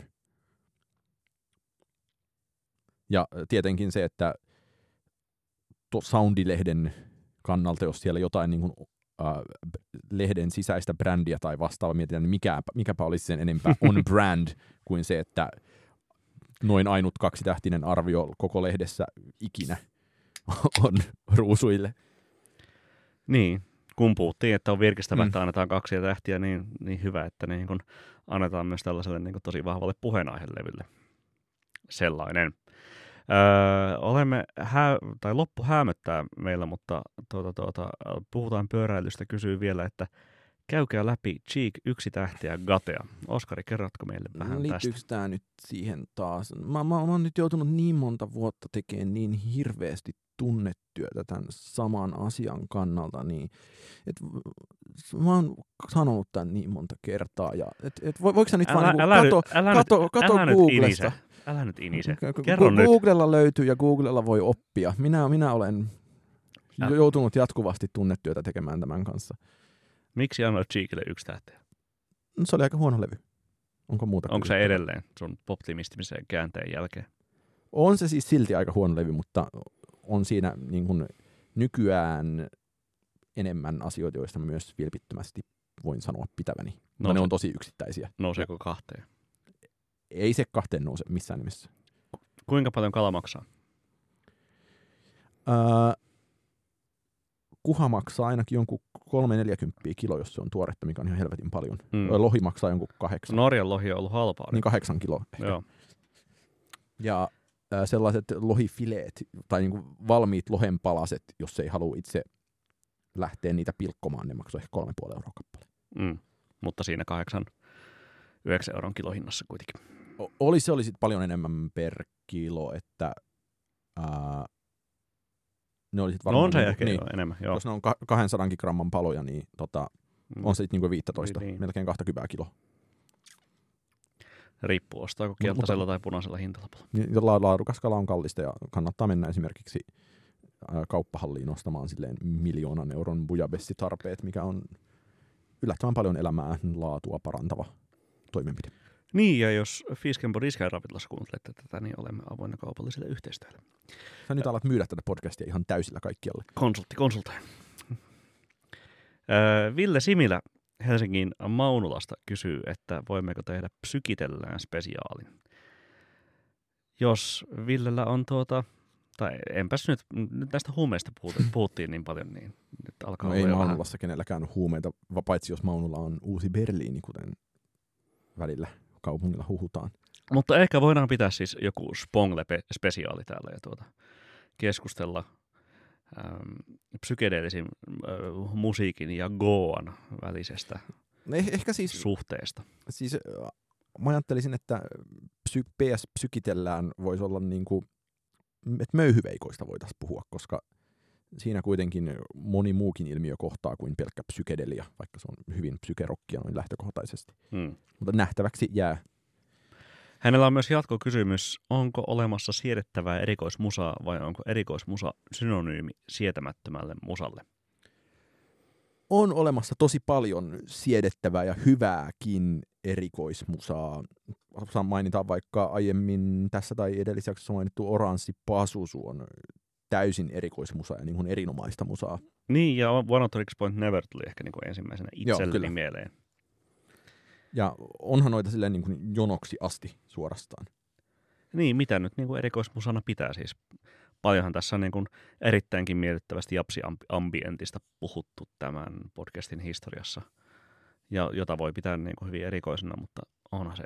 Ja tietenkin se, että Soundilehden kannalta, jos siellä jotain niin kuin, lehden sisäistä brändiä tai vastaava mietitään, niin mikäpä olisi sen enempää on brand kuin se, että noin ainut 2-tähtinen arvio koko lehdessä ikinä on Ruusuille. Niin, kun puhuttiin, että on virkistävää, että annetaan 2 tähtiä, niin hyvä, että niin kun annetaan myös tällaiselle niin kun tosi vahvalle puheenaihe-levylle sellainen. Loppu häämöttää meillä, mutta puhutaan pyöräilystä, kysyy vielä, että käykää läpi Cheek 1 tähteä Gatea. Oskari, kerrotko meille vähän tästä? Liittyykö tämä nyt siihen taas? Mä oon nyt joutunut niin monta vuotta tekemään niin hirveästi tunnetyötä tämän saman asian kannalta, niin mä oon sanonut tämän niin monta kertaa. Ja, voiko sä nyt kato Googlesta? Älä nyt inise. Kerro nyt. Googlella löytyy ja Googlella voi oppia. Minä olen joutunut jatkuvasti tunnetyötä tekemään tämän kanssa. Miksi annoit Cheekille 1 tähteä? No, se oli aika huono levy. Onko muuta? Onko se edelleen sun optimistimisen käänteen jälkeen? On se siis silti aika huono levy, mutta on siinä niin kuin nykyään enemmän asioita, joista mä myös vilpittömästi voin sanoa pitäväni. No, ne on tosi yksittäisiä. Nouseeko 2? Ei se 2 nouse missään nimessä. Kuinka paljon kala maksaa? Kuha maksaa ainakin jonkun 3-40 kilo, jos se on tuoretta, mikä on ihan helvetin paljon. Lohi maksaa jonkun 8. Norjan lohi on ollut halpaa. Niin 8 kiloa ehkä. Joo. Ja sellaiset lohifileet tai niinku valmiit lohenpalaset, jos ei halua itse lähteä niitä pilkkomaan, ne maksaa ehkä 3,5 euroa kappale. Mutta siinä 8-9 euron kilohinnassa kuitenkin. Se oli sitten paljon enemmän per kilo, että ne oli sitten varmaan... No on se ehkä enemmän, joo. Jos ne on 200 gramman paloja, niin on se sitten niinku 15, niin. Melkein 20 kiloa. Riippuu, ostaako keltaisella tai punaisella hintalapulla. Laadukas kala on kallista ja kannattaa mennä esimerkiksi kauppahalliin ostamaan silleen 1 000 000 euron bujabessitarpeet, mikä on yllättävän paljon elämää laatua parantava toimenpide. Niin, ja jos Fish and Body Sky ravintolassa kuuntelette tätä, niin olemme avoinna kaupalliselle yhteistyölle. Sä nyt alat myydä tätä podcastia ihan täysillä kaikkialle. Konsultoija. Ville Similä Helsingin Maunulasta kysyy, että voimmeko tehdä Psykitellään spesiaalin. Jos Villellä on tai enpäs nyt näistä huumeista puhuttiin niin paljon, niin nyt alkaa ei Maunulassa kenelläkään ole huumeita, paitsi jos Maunula on uusi Berliini, kuten välillä kaupungilla huhutaan. Mutta ehkä voidaan pitää siis joku Spongle-spesiaali täällä ja keskustella psykedeellisen musiikin ja Goan välisestä ehkä siis, suhteesta. Siis mä ajattelisin, että Psykitellään voisi olla niinku, että möyhyveikoista voitaisiin puhua, koska siinä kuitenkin moni muukin ilmiö kohtaa kuin pelkkä psykedelia, vaikka se on hyvin psykerokkia noin lähtökohtaisesti. Mutta nähtäväksi jää. Hänellä on myös jatkokysymys, onko olemassa siedettävää erikoismusaa vai onko erikoismusa synonyymi sietämättömälle musalle? On olemassa tosi paljon siedettävää ja hyvääkin erikoismusaa. Saan mainita vaikka aiemmin tässä tai edellisessä mainittu Oranssi Pasusu on täysin erikoismusaa ja niin kuin erinomaista musaa. Niin, ja One Tricks Point Never tuli ehkä niin kuin ensimmäisenä itselleni mieleen. Ja onhan noita silleen niin kuin jonoksi asti suorastaan. Niin, mitä nyt niin kuin erikoismusana pitää siis? Paljonhan tässä on niin kuin erittäinkin miellyttävästi japsi-ambientista puhuttu tämän podcastin historiassa, ja jota voi pitää niin kuin hyvin erikoisena, mutta onhan se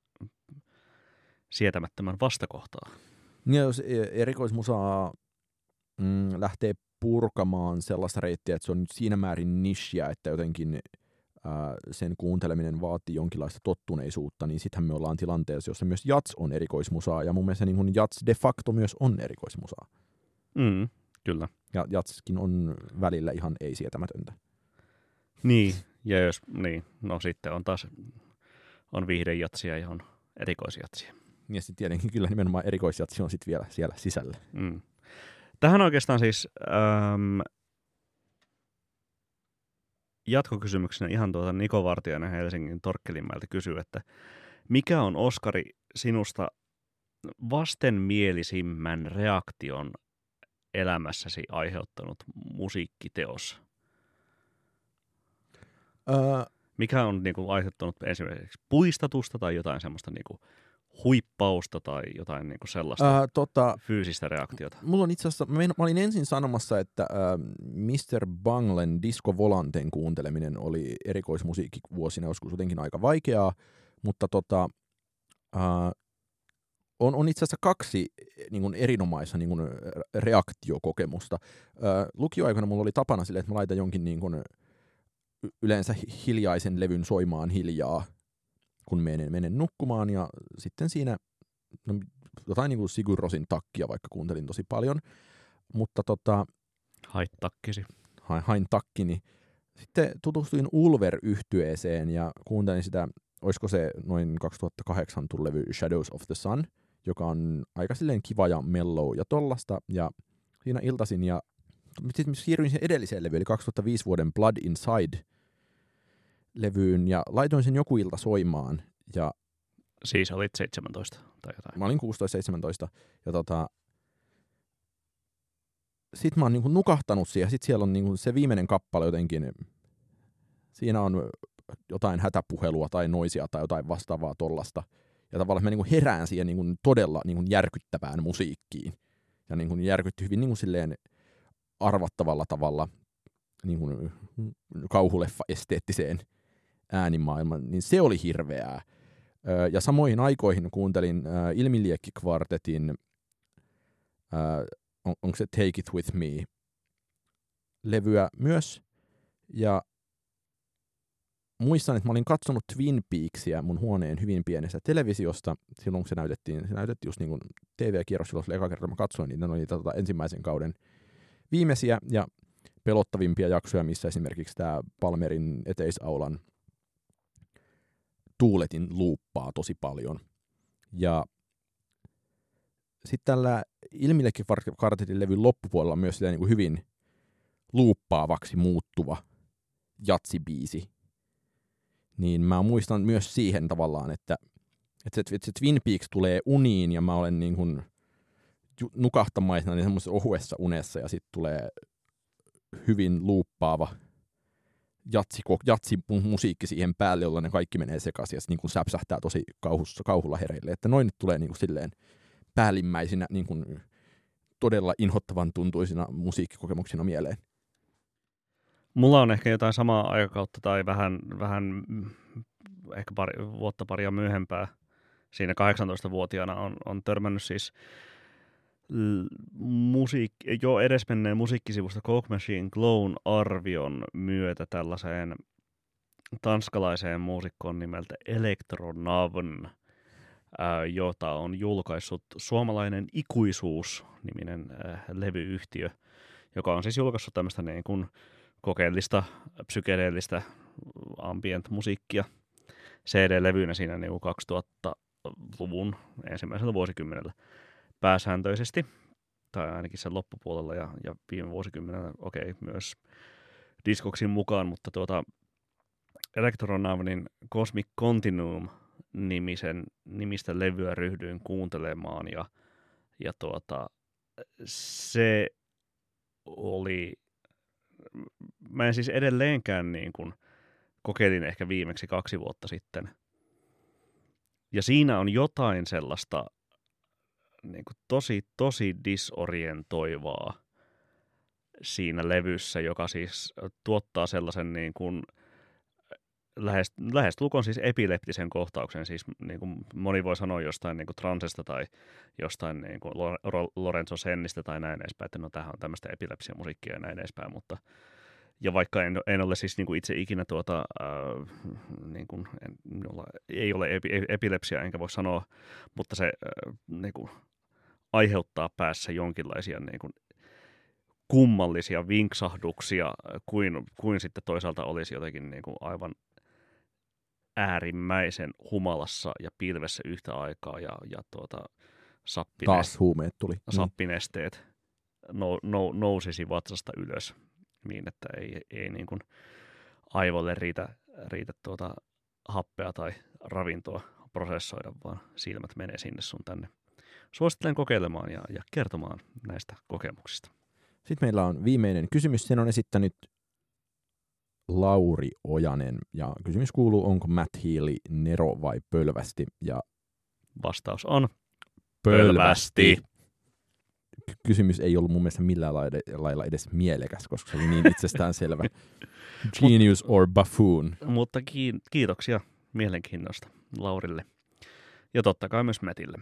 sietämättömän vastakohtaa. Ja jos erikoismusaa lähtee purkamaan sellaista reittiä, että se on nyt siinä määrin nicheä, että jotenkin sen kuunteleminen vaatii jonkinlaista tottuneisuutta, niin sittenhän me ollaan tilanteessa, jossa myös jats on erikoismusaa, ja mun mielestä niin kuin jats de facto myös on erikoismusaa. Kyllä. Ja jatskin on välillä ihan ei-sietämätöntä. Niin, ja jos, niin, no sitten on taas, on viihdejatsia ja on erikoisjatsia. Ja sitten tietenkin kyllä nimenomaan erikoisjatsi on sitten vielä siellä sisällä. Tähän oikeastaan siis jatkokysymyksenä ihan Niko Vartiainen Helsingin Torkkelinmäeltä kysyy, että mikä on, Oskari, sinusta vastenmielisimmän reaktion elämässäsi aiheuttanut musiikkiteos? Mikä on niin kuin aiheuttanut esimerkiksi puistatusta tai jotain semmoista niin kuin huippausta tai jotain niin kuin sellaista fyysistä reaktiota? Mulla on itse asiassa, mä olin ensin sanomassa, että Mr. Bunglen Disco Volanten kuunteleminen oli erikoismusiikkivuosina joskus jotenkin aika vaikeaa, mutta on itse asiassa 2 niin kuin erinomaista niin kuin reaktiokokemusta. Lukioaikana mulla oli tapana silleen, että mä laitan jonkin niin kuin yleensä hiljaisen levyn soimaan hiljaa, kun menen nukkumaan, ja sitten siinä jotain niin kuin Sigur Rosin takkia vaikka kuuntelin tosi paljon, mutta Hait takkisi. Hain takkini. Sitten tutustuin Ulver-yhtyeeseen ja kuuntelin sitä, olisiko se noin 2008 tullut levy Shadows of the Sun, joka on aika silleen kiva ja mellow ja tollasta, ja siinä iltasin, ja sitten siirryin sen edelliseen levyyn, eli 2005 vuoden Blood Inside-levyyn, ja laitoin sen joku ilta soimaan, ja Siis olit 17 tai jotain. Mä olin 16-17 ja sit mä oon niinku nukahtanut siihen, sit siellä on niinku se viimeinen kappale jotenkin, siinä on jotain hätäpuhelua tai noisia tai jotain vastaavaa tollasta. Ja tavallaan mä niinku herään siihen niinku todella niinku järkyttävään musiikkiin. Ja niinku järkytti hyvin niinku silleen arvattavalla tavalla niinku kauhuleffa-esteettiseen äänimaailmaan, niin se oli hirveää. Ja samoihin aikoihin kuuntelin Ilmiliekki-kvartetin, onko se Take It With Me -levyä myös. Ja muistan, että mä olin katsonut Twin Peaksia mun huoneen hyvin pienestä televisiosta silloin, kun se näytettiin just niin kuin TV-kierros silloin eka kerta, mä katsoin, niin ne oli ensimmäisen kauden viimeisiä ja pelottavimpia jaksoja, missä esimerkiksi tämä Palmerin eteisaulan tuuletin luuppaa tosi paljon. Ja sitten tällä Ilmiliekki-kvartetin levyn loppupuolella on myös sitä niin kuin hyvin luuppaavaksi muuttuva jatsibiisi. Niin mä muistan myös siihen tavallaan, että se Twin Peaks tulee uniin ja mä olen niin kuin nukahtamaisena niin semmoisessa ohuessa unessa ja sitten tulee hyvin luuppaava jatsimusiikki siihen päälle, jolla ne kaikki menee sekaisin ja se niin kuin säpsähtää tosi kauhulla hereille. Että noin nyt tulee niin kuin silleen päällimmäisinä niin kuin todella inhottavan tuntuisina musiikkikokemuksina mieleen. Mulla on ehkä jotain samaa aikakautta tai vähän ehkä vuotta paria myöhempää. Siinä 18-vuotiaana on törmännyt siis jo edesmenneen musiikkisivusta Coke Machine Glown arvion myötä tällaiseen tanskalaiseen muusikkoon nimeltä Elektronavn, jota on julkaissut suomalainen Ikuisuus-niminen levyyhtiö, joka on siis julkaissut tämmöistä niin kuin kokeellista, psykedeellistä ambient-musiikkia CD-levynä siinä niin 2000-luvun ensimmäisellä vuosikymmenellä pääsääntöisesti, tai ainakin sen loppupuolella ja viime vuosikymmenellä, myös Discogsin mukaan, mutta Elektronavnin Cosmic Continuum nimistä levyä ryhdyin kuuntelemaan ja se oli, mä en siis edelleenkään niin kuin kokeilin ehkä viimeksi 2 vuotta sitten. Ja siinä on jotain sellaista niin kuin tosi disorientoivaa siinä levyssä, joka siis tuottaa sellaisen niin kuin lähestulkoon siis epileptisen kohtauksen, siis niin kuin moni voi sanoa jostain niin kuin transesta tai jostain niin kuin Lorenzo Sennistä tai näin edespäin, että no tämähän on tämmöistä epilepsiamusiikkia ja näin edespäin, mutta ja vaikka en ole siis niin kuin itse ikinä niin kuin, minulla ei ole epilepsia enkä voi sanoa, mutta se niin kuin aiheuttaa päässä jonkinlaisia niin kuin kummallisia vinksahduksia kuin sitten toisaalta olisi jotenkin niin kuin aivan äärimmäisen humalassa ja pilvessä yhtä aikaa ja taas huumeet tuli. Sappinesteet nousisi vatsasta ylös niin, että ei niin kuin aivoille riitä happea tai ravintoa prosessoida, vaan silmät menee sinne sun tänne. Suosittelen kokeilemaan ja kertomaan näistä kokemuksista. Sitten meillä on viimeinen kysymys. Sen on esittänyt Lauri Ojanen. Ja kysymys kuuluu, onko Matt Healy nero vai pölvästi? Ja vastaus on pölvästi. Kysymys ei ollut mun mielestä millään lailla edes mielekäs, koska se oli niin itsestäänselvä. Genius or buffoon. Mutta kiitoksia mielenkiinnosta Laurille. Ja totta kai myös Mattille.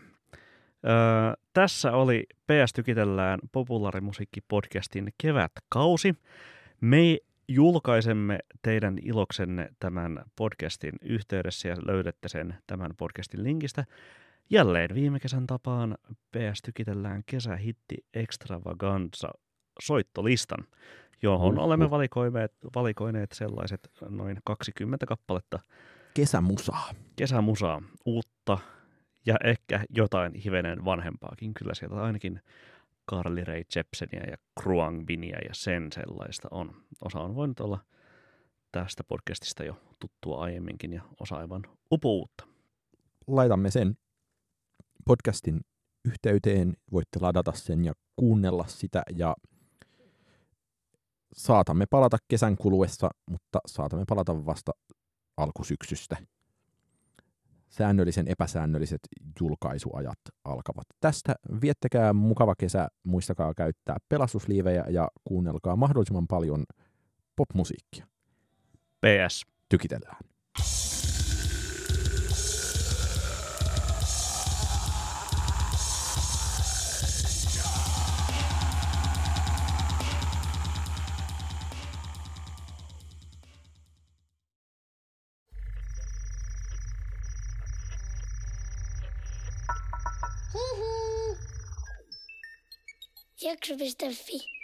Tässä oli PS Tykitellään populaarimusiikkipodcastin kevätkausi. Me julkaisemme teidän iloksenne tämän podcastin yhteydessä ja löydätte sen tämän podcastin linkistä. Jälleen viime kesän tapaan PS Tykitellään kesähitti extravaganza soittolistan, johon olemme valikoineet sellaiset noin 20 kappaletta kesämusaa, uutta ja ehkä jotain hivenen vanhempaakin. Kyllä sieltä ainakin Carly Rae Jepsenia ja Khruangbinia ja sen sellaista on. Osa on voinut olla tästä podcastista jo tuttua aiemminkin ja osa aivan upouutta. laitamme sen podcastin yhteyteen. Voitte ladata sen ja kuunnella sitä ja saatamme palata kesän kuluessa, mutta saatamme palata vasta alkusyksystä. Säännöllisen epäsäännölliset julkaisuajat alkavat tästä. Viettäkää mukava kesä, muistakaa käyttää pelastusliivejä ja kuunnelkaa mahdollisimman paljon popmusiikkia. PS. Tykitellään. Jakso.fi